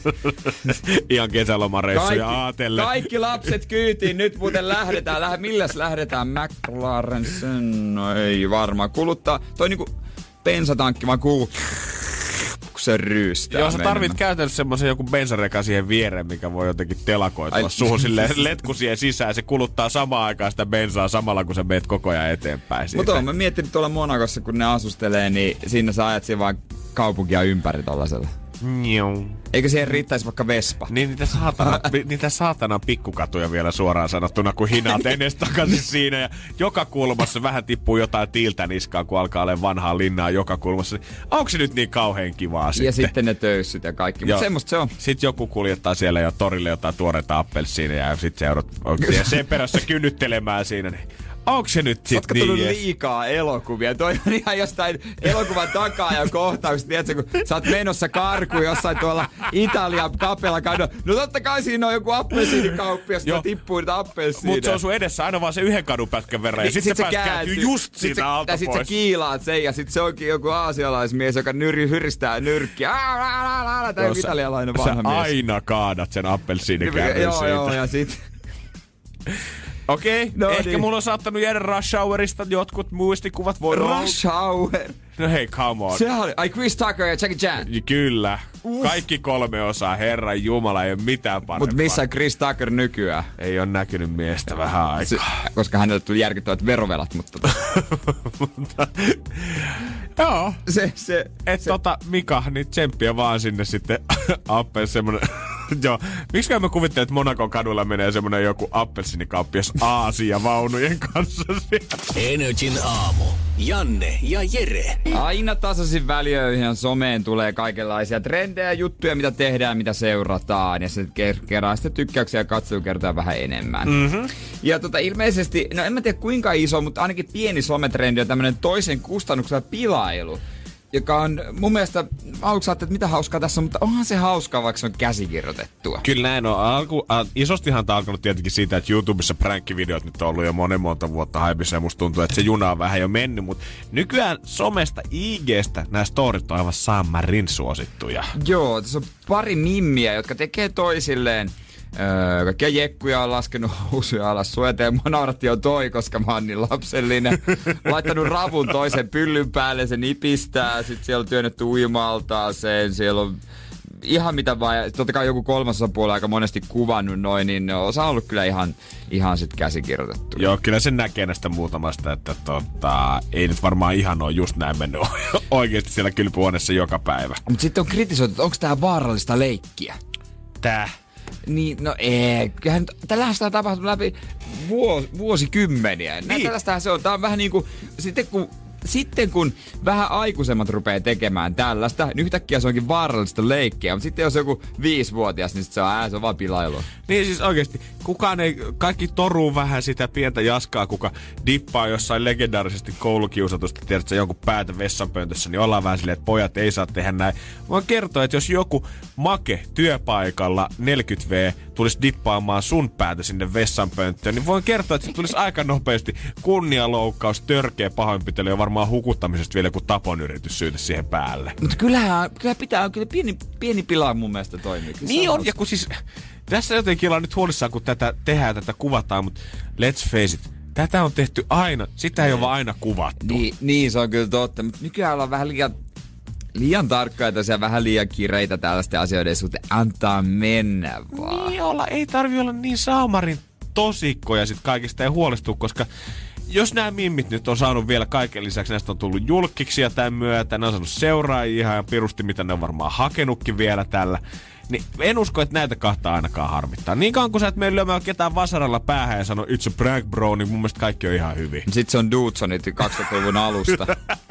Speaker 5: ihan kesälomareissuja aatellen.
Speaker 6: Kaikki lapset kyytiin, nyt muuten lähdetään. Lähde, milläs lähdetään? McLaren sen, no ei varmaan kuluttaa. Toi niinku bensatankki vaan kuuluu, kun se ryystää.
Speaker 5: Joo, sä tarvit käytännössä semmoisen joku bensareka siihen viereen, mikä voi jotenkin telakoitua suhun silleen letku siihen sisään. Se kuluttaa samaan aikaan sitä bensaa samalla, kun sä meet koko ajan eteenpäin siitä.
Speaker 6: Mutta oon mä miettinyt tuolla Monacossa, kun ne asustelee, niin siinä sä ajat siinä vaan kaupunkia ympäri tollasella.
Speaker 5: Njau.
Speaker 6: Eikö siihen riittäisi vaikka Vespa?
Speaker 5: Niin niitä saatana, niitä saatana pikkukatuja vielä suoraan sanottuna, kun hinaat edes takaisin siinä. Ja joka kulmassa vähän tippuu jotain tiiltä niskaan, kun alkaa olemaan vanhaa linnaa joka kulmassa. Onko se nyt niin kauhean kivaa sitten?
Speaker 6: Ja sitten ne töyssyt ja kaikki, mutta semmoista se on.
Speaker 5: Sitten joku kuljettaa siellä jo torille jotain tuoreita appelsiineja ja sitten se joudut sen perässä kynnyttelemään siinä. Niin onko se nyt sit niin?
Speaker 6: Ootko liikaa elokuvia? Toi on ihan jostain elokuvan takaa ja kohtaukset, tiedätkö, kun sä oot menossa karkuun jossain tuolla Italian kapella kadulla. No totta kai siinä on joku appelsiinikauppi, josta mä tippuu niitä appelsiineja.
Speaker 5: Mut se on sun edessä aina vaan se yhden kadunpätkän verran ja sit, sit, sit sä pääst kääntyy just sit siitä alta pois.
Speaker 6: Ja sit sä kiilaat sen ja sit se onkin joku aasialaismies, joka nyri, hyristää nyrkkiä. Tää on italialainen vanha mies.
Speaker 5: Sä aina kaadat sen appelsiinikärryn siitä.
Speaker 6: Joo, joo, ja sit
Speaker 5: okei, okay. No ehkä niin. Mulla on saattanut jäädä Rush Hourista jotkut muistikuvat. Voi
Speaker 6: Rush Hour?
Speaker 5: No hei, come on.
Speaker 6: Se oli, ai Chris Tucker ja Jackie Chan.
Speaker 5: Kyllä. Uff. Kaikki kolme osaa, herran jumala, ei ole mitään parempaa.
Speaker 6: Mut missä on Chris Tucker nykyään?
Speaker 5: Ei ole näkynyt miestä vähän aikaa. Se,
Speaker 6: koska hänelle tuli järkyttävät verovelat, mutta
Speaker 5: mutta joo.
Speaker 6: Se, se,
Speaker 5: Et
Speaker 6: se.
Speaker 5: tota, Mika, niin tsemppiä vaan sinne sitten appeen semmonen. Joo. Miksiköhän mä kuvittelen, että Monacon kadulla menee semmonen joku appelsinikauppias Aasia-vaunujen kanssa siellä.
Speaker 3: Energin aamu. Janne ja Jere.
Speaker 6: Aina tasaisin väliöihin ja someen tulee kaikenlaisia trendejä, juttuja, mitä tehdään, mitä seurataan. Ja se kerää sitten tykkäyksiä ja katselukertaa vähän enemmän. Mm-hmm. Ja tota ilmeisesti, no en mä tiedä kuinka iso, mutta ainakin pieni sometrendi on tämmönen toisen kustannuksella pilailu. joka on mun mielestä, aluksi ajattelin, että mitä hauskaa tässä on, mutta onhan se hauskaa, vaikka se on käsikirjoitettua.
Speaker 5: Kyllä näin on. Alku, a, isostihan tämä on alkanut tietenkin siitä, että YouTubessa pränkkivideot nyt on ollut jo monen monta vuotta haipissa ja musta tuntuu, että se juna on vähän jo mennyt, mutta nykyään somesta, I G:stä nämä storit on aivan saamarin suosittuja.
Speaker 6: Joo, tässä on pari mimmiä, jotka tekee toisilleen. Öö, kaikkia jekkuja on laskenut housuja alas suojateen. Mua nauratti jo toi, koska mä oon niin lapsellinen. Laittanut ravun toisen pyllyn päälle, se nipistää. Sitten siellä on työnnetty uima-altaaseen. Siellä on ihan mitä vaan. Totta kai joku kolmasosapuoli aika monesti kuvannut noin, niin osa on ollut kyllä ihan, ihan sit käsikirjoitettu.
Speaker 5: Joo, kyllä sen näkee näistä muutamasta, että tota, ei nyt varmaan ihan ole just näin mennyt oikeasti siellä kylpyhuoneessa joka päivä.
Speaker 6: Mutta sitten on kritisoitu, että onko tää vaarallista leikkiä?
Speaker 5: Tää?
Speaker 6: Niin, no ei. Kyllähän tällaista on tapahtunut läpi vuos, vuosikymmeniä. Niin. Tällaistähän se on. Tää on vähän niinku, sitten kun, sitten kun vähän aikuisemmat rupeaa tekemään tällaista, niin yhtäkkiä se onkin vaarallista leikkiä. Mutta sitten jos joku viisivuotias, niin sit se on, ää, se on vaan pilailua.
Speaker 5: Niin siis oikeesti, kukaan ei, kaikki toruu vähän sitä pientä jaskaa, kuka dippaa jossain legendaarisesti koulukiusatusta, tiedätkö, jonkun päätä vessanpöntössä, niin ollaan vähän silleen, että pojat ei saa tehdä näin. Voin kertoa, että jos joku make työpaikalla neljäkymmentä vuotias tulisi dippaamaan sun päätä sinne vessanpönttöön, niin voin kertoa, että se tulisi aika nopeasti kunnianloukkaus, törkeä pahoinpitely ja varmaan hukuttamisesta vielä joku tapon yritys syytä siihen päälle.
Speaker 6: Mutta kyllähän, kyllä pitää, kyllä pieni, pieni pila mun mielestä toimii.
Speaker 5: Niin on, ja kun siis tässä jotenkin ollaan nyt huolissaan, kun tätä tehdään, tätä kuvataan, mutta let's face it, tätä on tehty aina, sitä ei ole vaan aina kuvattu.
Speaker 6: Niin, niin, se on kyllä totta, mutta nykyään ollaan vähän liian, liian tarkkoja tosiaan, vähän liian kireitä tällaisten asioiden suhteen. Antaa mennä vaan.
Speaker 5: Niin olla, ei tarvi olla niin saamarin tosikkoja sit kaikista ja huolestua, koska jos nämä mimmit nyt on saanut vielä kaiken lisäksi, näistä on tullut julkkiksia tämän myötä, ne on saanut seuraajia ja pirusti, mitä ne on varmaan hakenutkin vielä tällä, niin en usko, että näitä kahta ainakaan harmittaa. Niin kauan kun sä et mene lyömään ketään vasaralla päähän ja sano it's a prank bro, niin mun mielestä kaikki on ihan hyvin.
Speaker 6: Sitten se on Dudesonit kaksituhattaluvun alusta.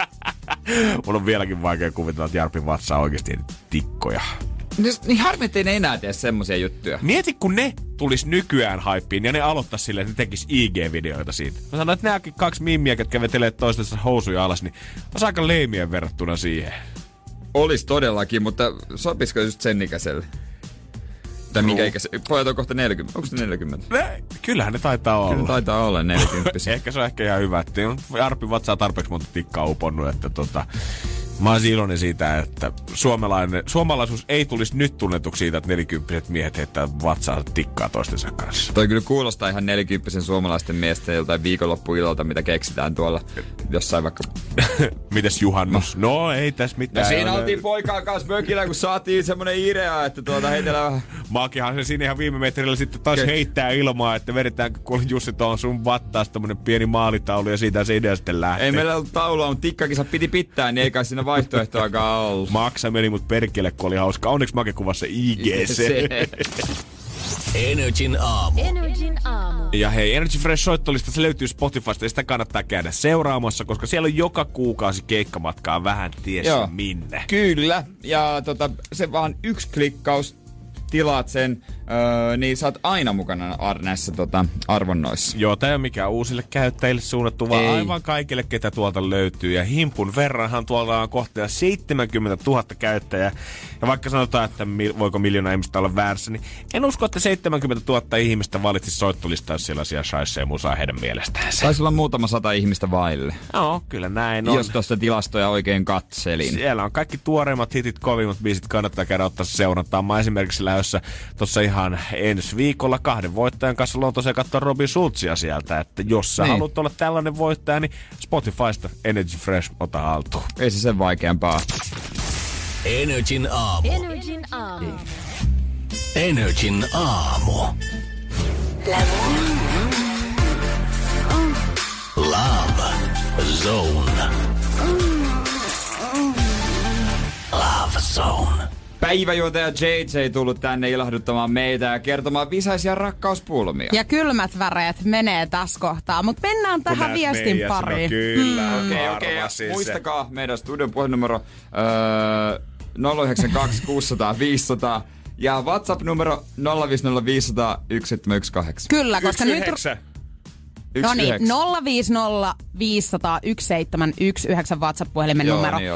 Speaker 5: Mulla on vieläkin vaikea kuvitella, että Jarpin vatsaa oikeasti tikkoja.
Speaker 6: Niin harmi, ettei ne enää tee semmosia juttuja.
Speaker 5: Mieti, kun ne tulis nykyään haippiin ja ne aloittais silleen, että ne tekis I G-videoita siitä. Mä sanoin, että nääkin kaksi mimmiä, jotka vetelee toistensa housuja alas, niin on aika leimien verrattuna siihen.
Speaker 6: Olis todellakin, mutta sopisiko just sen ikäiselle? Tai minkä ikäiselle? Pojat on kohta neljäkymmentä. Onko se neljäkymmentä?
Speaker 5: Ne, kyllähän ne taitaa olla.
Speaker 6: Kyllä taitaa olla neljäkymmentä.
Speaker 5: Ehkä se on ehkä ihan hyvä, että Jarppi vatsaa tarpeeksi monta tikkaa uponnut, että tota... Mä oon iloinen siitä, että suomalainen, suomalaisuus ei tulisi nyt tunnetuksi siitä, että nelikymppiset miehet heittää vatsaa tikkaa toistensa kanssa.
Speaker 6: Toi kyllä kuulostaa ihan nelikymppisen suomalaisten miesten joltain viikonloppuilolta, mitä keksitään tuolla jossain vaikka...
Speaker 5: Mites juhannus? No, no ei tässä mitään.
Speaker 6: No siinä oltiin poikaan kanssa mökillä, kun saatiin semmonen idea, että tuota heitellään vähän...
Speaker 5: Maakinhan se siinä ihan viime metrillä sitten taas Ke... heittää ilmaa, että vedetäänkö kun Jussi tuohon sun vattaas tommonen pieni maalitaulu ja siitä se idea sitten lähtee.
Speaker 6: Ei meillä ollut taulua, mutta tikkakisa piti pitää, niin ei kai siinä vaihtoehtoakaan ollut.
Speaker 5: Maksa meni mut perkele, kun oli hauska. Onneksi Make kuvassa I G C.
Speaker 3: Energin aamu.
Speaker 4: Energin aamu.
Speaker 5: Ja hei, Energy Fresh soittolista, se löytyy Spotifysta ja sitä kannattaa käydä seuraamassa, koska siellä on joka kuukausi keikkamatkaa vähän ties Joo. minne.
Speaker 6: Kyllä, ja tota, se vaan yksi klikkaus, tilaat sen, öö, niin sä oot aina mukana ar- näissä tota, arvonnoissa.
Speaker 5: Joo, tää ei ole mikään uusille käyttäjille suunnattu, vaan ei. Aivan kaikille, ketä tuolta löytyy. Ja himpun verranhan tuolta on kohta seitsemänkymmentätuhatta käyttäjää. Ja vaikka sanotaan, että mi- voiko miljoona ihmistä olla väärässä, niin en usko, että seitsemänkymmentätuhatta ihmistä valitsisi soittolistaa, jos sellaisia shaisseja musaa heidän mielestään.
Speaker 6: Taisi olla muutama sata ihmistä vaille.
Speaker 5: Joo, kyllä näin on.
Speaker 6: Jos tuosta tilastoja oikein katselin.
Speaker 5: Siellä on kaikki tuoreimmat hitit, kovimmat biisit, kannattaa käydä ottaa seurantaa. Mä esimerkiksi lähdössä tuossa ihan ensi viikolla kahden voittajan kanssa Lontoseen katsoa Robin Schulzia sieltä, että jos sä niin. haluat olla tällainen voittaja, niin Spotifysta Energy Fresh ota haltuun.
Speaker 6: Ei se sen vaikeampaa.
Speaker 3: Energin aamu.
Speaker 4: Energin aamu.
Speaker 3: Energin aamu. Love Zone. Love Zone.
Speaker 6: Päiväjuontaja J J tullut tänne ilahduttamaan meitä ja kertomaan visaisia rakkauspulmia.
Speaker 9: Ja kylmät väreet menee tässä kohtaa, mutta mennään tähän viestin pariin.
Speaker 5: No kyllä,
Speaker 6: mm. Okei, okei. Okay, muistakaa meidän studion puhelinnumero öö, nolla yhdeksän kaksi kuusi nolla nolla viisi nolla nolla ja WhatsApp-numero nolla viisi nolla viisi nolla nolla yksi seitsemän yksi kahdeksan.
Speaker 9: Kyllä, koska nyt... No niin, nolla viisi nolla viisi nolla nolla yksi seitsemän yksi yhdeksän WhatsApp-puhelimen
Speaker 6: Joo,
Speaker 9: numero.
Speaker 6: Niin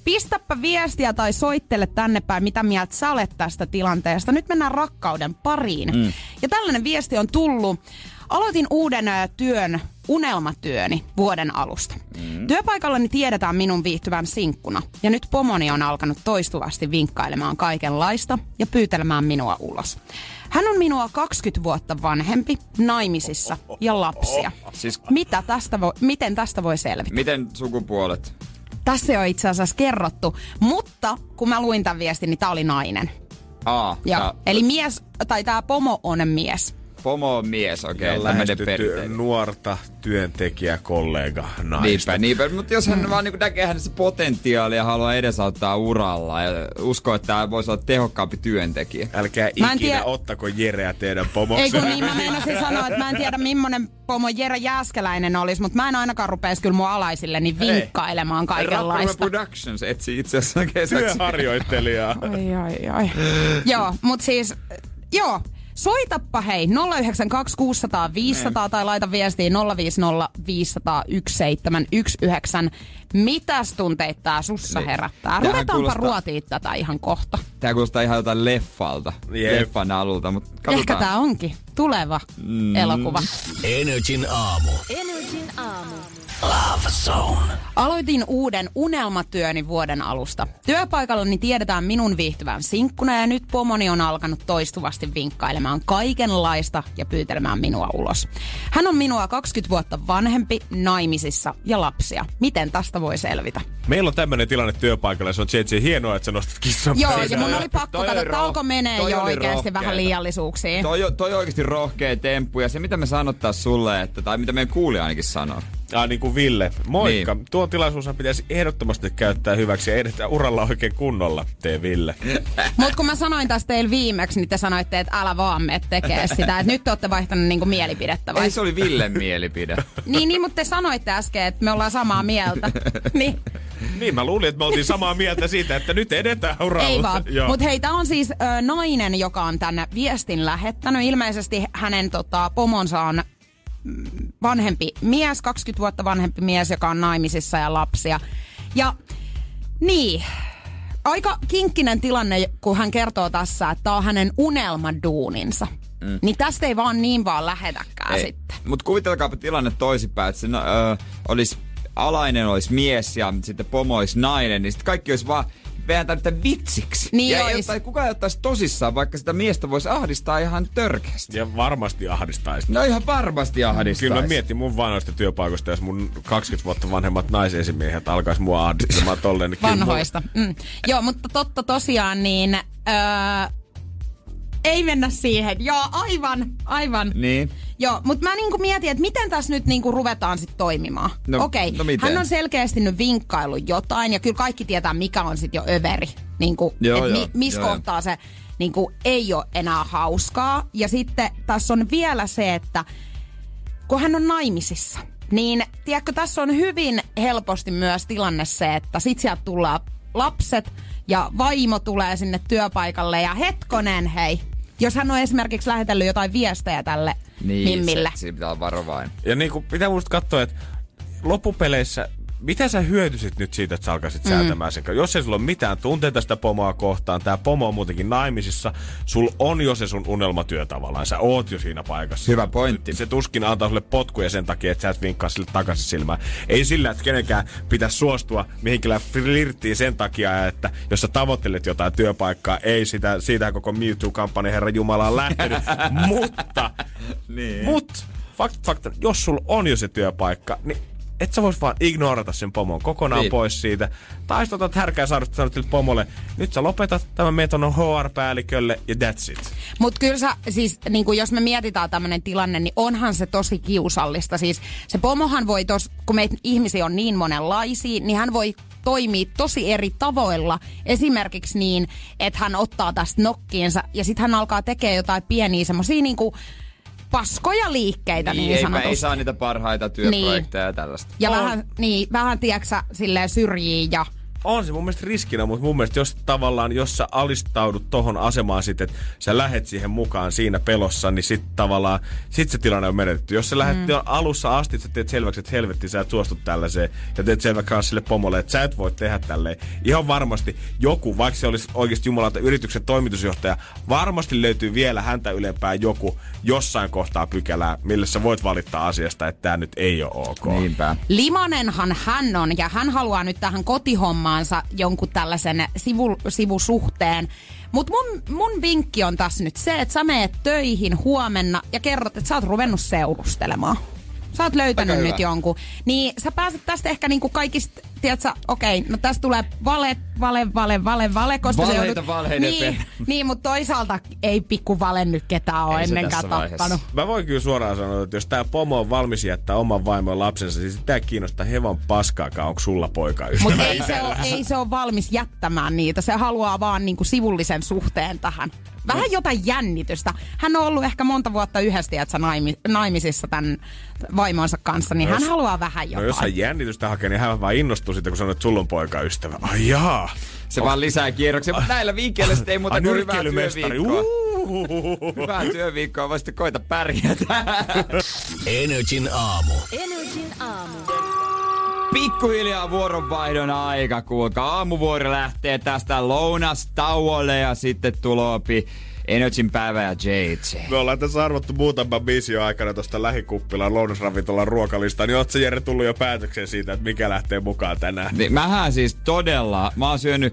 Speaker 9: Pistäpä viestiä tai soittele tänne päin, mitä mieltä sä olet tästä tilanteesta. Nyt mennään rakkauden pariin. Mm. Ja tällainen viesti on tullut. Aloitin uuden työn, unelmatyöni vuoden alusta. Mm. Työpaikallani tiedetään minun viihtyvän sinkkuna. Ja nyt pomoni on alkanut toistuvasti vinkkailemaan kaikenlaista ja pyytelemään minua ulos. Hän on minua kaksikymmentä vuotta vanhempi, naimisissa ja lapsia.
Speaker 6: Siis...
Speaker 9: Mitä tästä vo, miten tästä voi selvitä?
Speaker 6: Miten sukupuolet?
Speaker 9: Tässä on itse asiassa kerrottu, mutta kun mä luin tämän viestin, niin tää oli nainen.
Speaker 6: Aa,
Speaker 9: ja,
Speaker 6: ja...
Speaker 9: Eli mies, tai tää pomo on mies.
Speaker 6: Pomo on mies, okei.
Speaker 5: Okay, lähestytty työ, nuorta työntekijäkollega naista.
Speaker 6: Niinpä, niinpä. Mutta jos hän mm. vaan niin näkee hänessä potentiaalia ja haluaa edesauttaa uralla ja uskoo, että tämä voisi olla tehokkaampi työntekijä.
Speaker 5: Älkää ikinä tiedä... ottako Jereä teidän pomoksi.
Speaker 9: Ei kun niin, mä meinasin sanoa, että mä en tiedä millainen pomo Jere Jääskeläinen olisi, mutta mä en ainakaan rupeisi kyllä mun alaisilleni vinkkailemaan kaikenlaista.
Speaker 6: Rapparume Productions etsii itse asiassa kesäksi.
Speaker 5: Työharjoittelijaa.
Speaker 9: Ai ai ai. Joo, mut siis, joo. Soitappa hei nolla yhdeksän kaksi kuusi nolla nolla viisi nolla nolla tai laita viestiin nolla viisi nolla viisi nolla nolla yksi seitsemän yksi yhdeksän. Mitäs tunteita tää sussa niin herättää? Ruvetaanpa kuulostaa... ruotiin tätä ihan kohta.
Speaker 6: Tää kuulostaa ihan jotain leffalta. Yep. Leffan alulta, mutta katsotaan.
Speaker 9: Ehkä tää onkin tuleva mm. elokuva.
Speaker 3: Energin aamu.
Speaker 4: Energin aamu.
Speaker 3: Love Zone.
Speaker 9: Aloitin uuden unelmatyöni vuoden alusta. Työpaikallani tiedetään minun viihtyvän sinkkuna ja nyt pomoni on alkanut toistuvasti vinkkailemaan kaikenlaista ja pyytelemään minua ulos. Hän on minua kaksikymmentä vuotta vanhempi, naimisissa ja lapsia. Miten tästä voi selvitä?
Speaker 5: Meillä on tämmöinen tilanne työpaikalla ja se on J J hienoa, että sä nostat kissan.
Speaker 9: Joo, ja mun oli pakko katsoa, että alko menee jo oikeasti rohkeeta. Vähän liiallisuuksiin.
Speaker 6: Toi, toi on oikeasti rohkea temppu ja se mitä me sanottaa sulle, että, tai mitä meidän kuulija ainakin sanoo.
Speaker 5: Ah, niin kuin Ville. Moikka. Niin. Tuon tilaisuushan pitäisi ehdottomasti käyttää hyväksi ja edetään uralla oikein kunnolla, tee Ville.
Speaker 9: Mut kun mä sanoin tästä teille viimeksi, niin te sanoitte, että älä vaan mene tekee sitä. Että nyt te olette vaihtanut niinku mielipidettä vai?
Speaker 6: Ei, se oli Villen mielipide.
Speaker 9: niin, niin, mutta te sanoitte äsken, että me ollaan samaa mieltä. niin.
Speaker 5: Niin, mä luulin, että me oltiin samaa mieltä siitä, että nyt edetään uralla.
Speaker 9: Ei vaan. Mutta hei, tää on siis ö, nainen, joka on tänne viestin lähettänyt. Ilmeisesti hänen tota, pomonsa on vanhempi mies, kaksikymmentä vuotta vanhempi mies, joka on naimisissa ja lapsia. Ja niin, aika kinkkinen tilanne, kun hän kertoo tässä, että tämä on hänen unelmaduuninsa. Mm. Niin tästä ei vaan niin vaan lähetäkään ei. Sitten.
Speaker 6: Mutta kuvitelkaapa tilanne toisinpäin, että se no, ö, olisi, alainen olisi mies ja sitten pomo olisi nainen, niin sitten kaikki olisi vaan vääntää niitä vitsiksi.
Speaker 9: Niin
Speaker 6: ja ei ottaisi, kukaan ei ottaisi tosissaan, vaikka sitä miestä voisi ahdistaa ihan törkeästi.
Speaker 5: Ja varmasti ahdistaisi.
Speaker 6: No ihan varmasti ahdistaisi.
Speaker 5: Kyllä mä mietin mun vanhoista työpaikoista, jos mun kaksikymmentä vuotta vanhemmat naisesimiehet alkaisi mua ahdistamaan tolleen. Niin
Speaker 9: vanhoista. Mm. Joo, mutta totta tosiaan niin... Öö, ei mennä siihen. Joo, aivan, aivan.
Speaker 6: Niin.
Speaker 9: Joo, mutta mä niinku mietin, että miten tässä nyt niinku ruvetaan sit toimimaan.
Speaker 6: No,
Speaker 9: Okei,
Speaker 6: no
Speaker 9: hän on selkeästi nyt vinkkailu jotain, ja kyllä kaikki tietää, mikä on sit jo överi. Niinku, että mi, missä kohtaa se niinku, ei ole enää hauskaa. Ja sitten tässä on vielä se, että kun hän on naimisissa, niin tiedätkö, tässä on hyvin helposti myös tilanne se, että sit sieltä tullaan lapset, ja vaimo tulee sinne työpaikalle, ja hetkonen, hei. Jos hän on esimerkiksi lähetellyt jotain viestejä tälle
Speaker 6: niin,
Speaker 9: mimmille.
Speaker 6: Se, siinä pitää olla varovainen.
Speaker 5: Ja niin kuin pitää musta katsoa, että loppupeleissä, mitä sä hyötyisit nyt siitä, että sä alkaisit mm. säätämään sen? Jos ei sulla ole mitään tunteita sitä pomoa kohtaan, tää pomo on muutenkin naimisissa, sul on jo se sun unelmatyö tavallaan, sä oot jo siinä paikassa.
Speaker 6: Hyvä pointti.
Speaker 5: Se tuskin antaa sulle potkuja sen takia, että sä et vinkkaa sille takaisin silmään. Ei sillä, että kenenkään pitäisi suostua mihinkään flirttiin sen takia, että jos sä tavoittelet jotain työpaikkaa, ei sitä, siitä koko Me Too-kampanja Herra Jumala on lähtenyt, mutta,
Speaker 6: niin.
Speaker 5: mut, fakta, fakta, jos sulla on jo se työpaikka, niin et sä vois vaan ignorata sen pomon kokonaan niin. pois siitä. Tai sä otat härkää saadusta sanot sille pomolle, nyt sä lopetat, tämän meet on H R-päällikölle ja that's it.
Speaker 9: Mut kyllä sä, siis niin jos me mietitään tämmönen tilanne, niin onhan se tosi kiusallista. Siis se pomohan voi tos, kun meitä ihmisiä on niin monenlaisia, niin hän voi toimii tosi eri tavoilla. Esimerkiksi niin, että hän ottaa tästä nokkiinsa ja sitten hän alkaa tekemään jotain pieniä semmosia niinku paskoja liikkeitä niin, niin sanotusti.
Speaker 6: Ei saa niitä parhaita työprojekteja niin. ja tällaista.
Speaker 9: Ja
Speaker 6: on.
Speaker 9: vähän, niin, vähän tiedätkö silleen syrjii ja
Speaker 5: on se mun mielestä riskinä, mutta mun mielestä jos tavallaan, jos sä alistaudut tohon asemaan sitten, että sä lähet siihen mukaan siinä pelossa, niin sit tavallaan, sit se tilanne on menetetty. Jos sä lähet mm. alussa asti, sä teet selväksi, että helvetti, sä et suostu tällaiseen, ja teet selväksi kanssa sille pomolle, että sä et voi tehdä tälleen. Ihan varmasti joku, vaikka se olisi oikeasti jumalauta yrityksen toimitusjohtaja, varmasti löytyy vielä häntä ylempää joku jossain kohtaa pykälää, millä sä voit valittaa asiasta, että tää nyt ei ole ok.
Speaker 6: Niinpä.
Speaker 9: Limonenhan hän on, ja hän haluaa nyt tähän kotihommaansa jonkun tällaisen sivu, sivusuhteen. Mutta mun, mun vinkki on tässä nyt se, että sä meet töihin huomenna ja kerrot, että sä oot ruvennut seurustelemaan. Sä oot löytänyt nyt jonkun. Niin sä pääset tästä ehkä niinku kaikista, tiedätkö, okei, okay, no tästä tulee vale, vale, vale, vale, vale, koska
Speaker 6: Valeita,
Speaker 9: se joudut...
Speaker 6: valheiden
Speaker 9: niin, niin, mutta toisaalta ei pikku vale nyt ketään ole ennenkään tappanut.
Speaker 5: Mä voin kyllä suoraan sanoa, että jos tää pomo on valmis jättää oman vaimon lapsensa, siis tää kiinnostaa hevon paskaakaan, onko sulla poikaystävä.
Speaker 9: Mutta ei, se ole, ei se ole valmis jättämään niitä. Se haluaa vaan niinku sivullisen suhteen tähän. Vähän jotain jännitystä. Hän on ollut ehkä monta vuotta yhdessä, että naimi, naimisissa tämän vaimonsa kanssa, niin no hän jos, haluaa vähän jotain.
Speaker 5: No jos hän jännitystä hakee, niin hän vaan innostuu siitä, kun sanoo, että sulla on poikaystävä. Ai jaa.
Speaker 6: Se oh. vaan lisää kierroksia, mutta näillä vinkkeillä sitten ei muuta kuin hyvää työviikkoa. Hyvää työviikkoa, vaan sitten koita pärjätä.
Speaker 3: Energin aamu.
Speaker 4: Energin aamu.
Speaker 6: Pikkuhiljaa vuoronvaihdon aika, kuulkaa. Aamuvuoro lähtee tästä lounastauolle ja sitten tuloopi Energin päivä ja J J.
Speaker 5: Me ollaan tässä arvottu muutama biisi aikana tuosta lähikuppilan lounasravintolan ruokalistaan. Niin oot sä, Jere, tullut jo päätökseen siitä, että mikä lähtee mukaan tänään?
Speaker 6: Niin, mähän siis todella, mä oon syönyt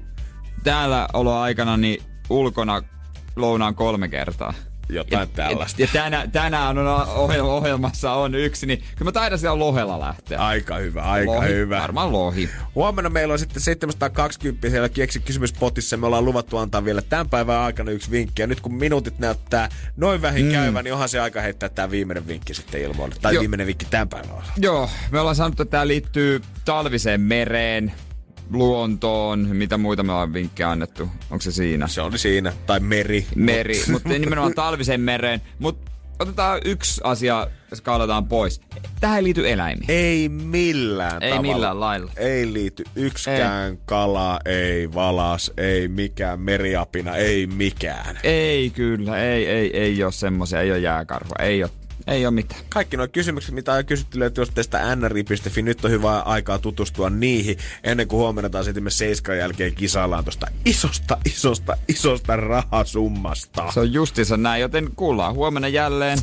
Speaker 6: täällä oloaikana niin ulkona lounaan kolme kertaa.
Speaker 5: Jotain
Speaker 6: ja,
Speaker 5: tällaista.
Speaker 6: Ja, ja tänä, tänään on ohjelmassa on yksi, niin kyllä mä taidan siellä lohella lähteä.
Speaker 5: Aika hyvä, aika
Speaker 6: lohi,
Speaker 5: hyvä.
Speaker 6: Varmaan lohi.
Speaker 5: Huomenna meillä on sitten seitsemänsataakaksikymmentä siellä keksi kysymyspotissa. Me ollaan luvattu antaa vielä tämän päivän aikana yksi vinkki. Ja nyt kun minuutit näyttää noin vähin mm. käyvän, niin onhan se aika heittää tämä viimeinen vinkki sitten ilmoille. Tai jo. viimeinen vinkki tämän päivän osalta.
Speaker 6: Joo, me ollaan sanottu, että tämä liittyy talviseen mereen, luontoon, mitä muita me ollaan vinkkejä annettu. Onko se siinä?
Speaker 5: Se oli siinä. Tai meri.
Speaker 6: Meri, mutta nimenomaan talviseen mereen. Mutta otetaan yksi asia, skaalataan pois. Tähän ei liity eläimiin.
Speaker 5: Ei millään
Speaker 6: Ei
Speaker 5: tavalla.
Speaker 6: millään lailla.
Speaker 5: Ei liity yksikään ei. Kala, ei valas, ei mikään meriapina, ei mikään.
Speaker 6: Ei kyllä, ei, ei, ei ole semmoisia, ei ole jääkarhua, ei ole. Ei ole mitään.
Speaker 5: Kaikki nuo kysymykset, mitä on kysytty löytyy n r i piste f i. Nyt on hyvä aikaa tutustua niihin. Ennen kuin huomenna taas etimme seiskan jälkeen kisaillaan tuosta isosta, isosta, isosta rahasummasta.
Speaker 6: Se on justiinsa näin, joten kuullaan huomenna jälleen.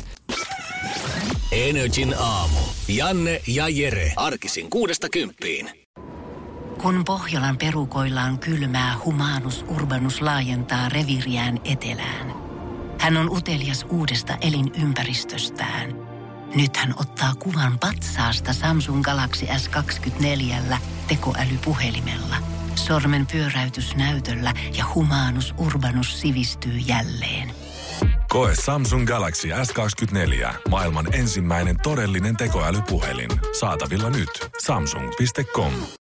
Speaker 3: Energin aamu. Janne ja Jere. Arkisin kuudesta kymppiin.
Speaker 1: Kun Pohjolan perukoillaan kylmää, Humanus Urbanus laajentaa reviiriään etelään. Hän on utelias uudesta elinympäristöstään. Nyt hän ottaa kuvan patsaasta Samsung Galaxy S kaksikymmentäneljä tekoälypuhelimella. Sormen pyöräytys näytöllä ja Humanus Urbanus sivistyy jälleen.
Speaker 2: Koe Samsung Galaxy S kaksikymmentäneljä. Maailman ensimmäinen todellinen tekoälypuhelin. Saatavilla nyt. Samsung piste com.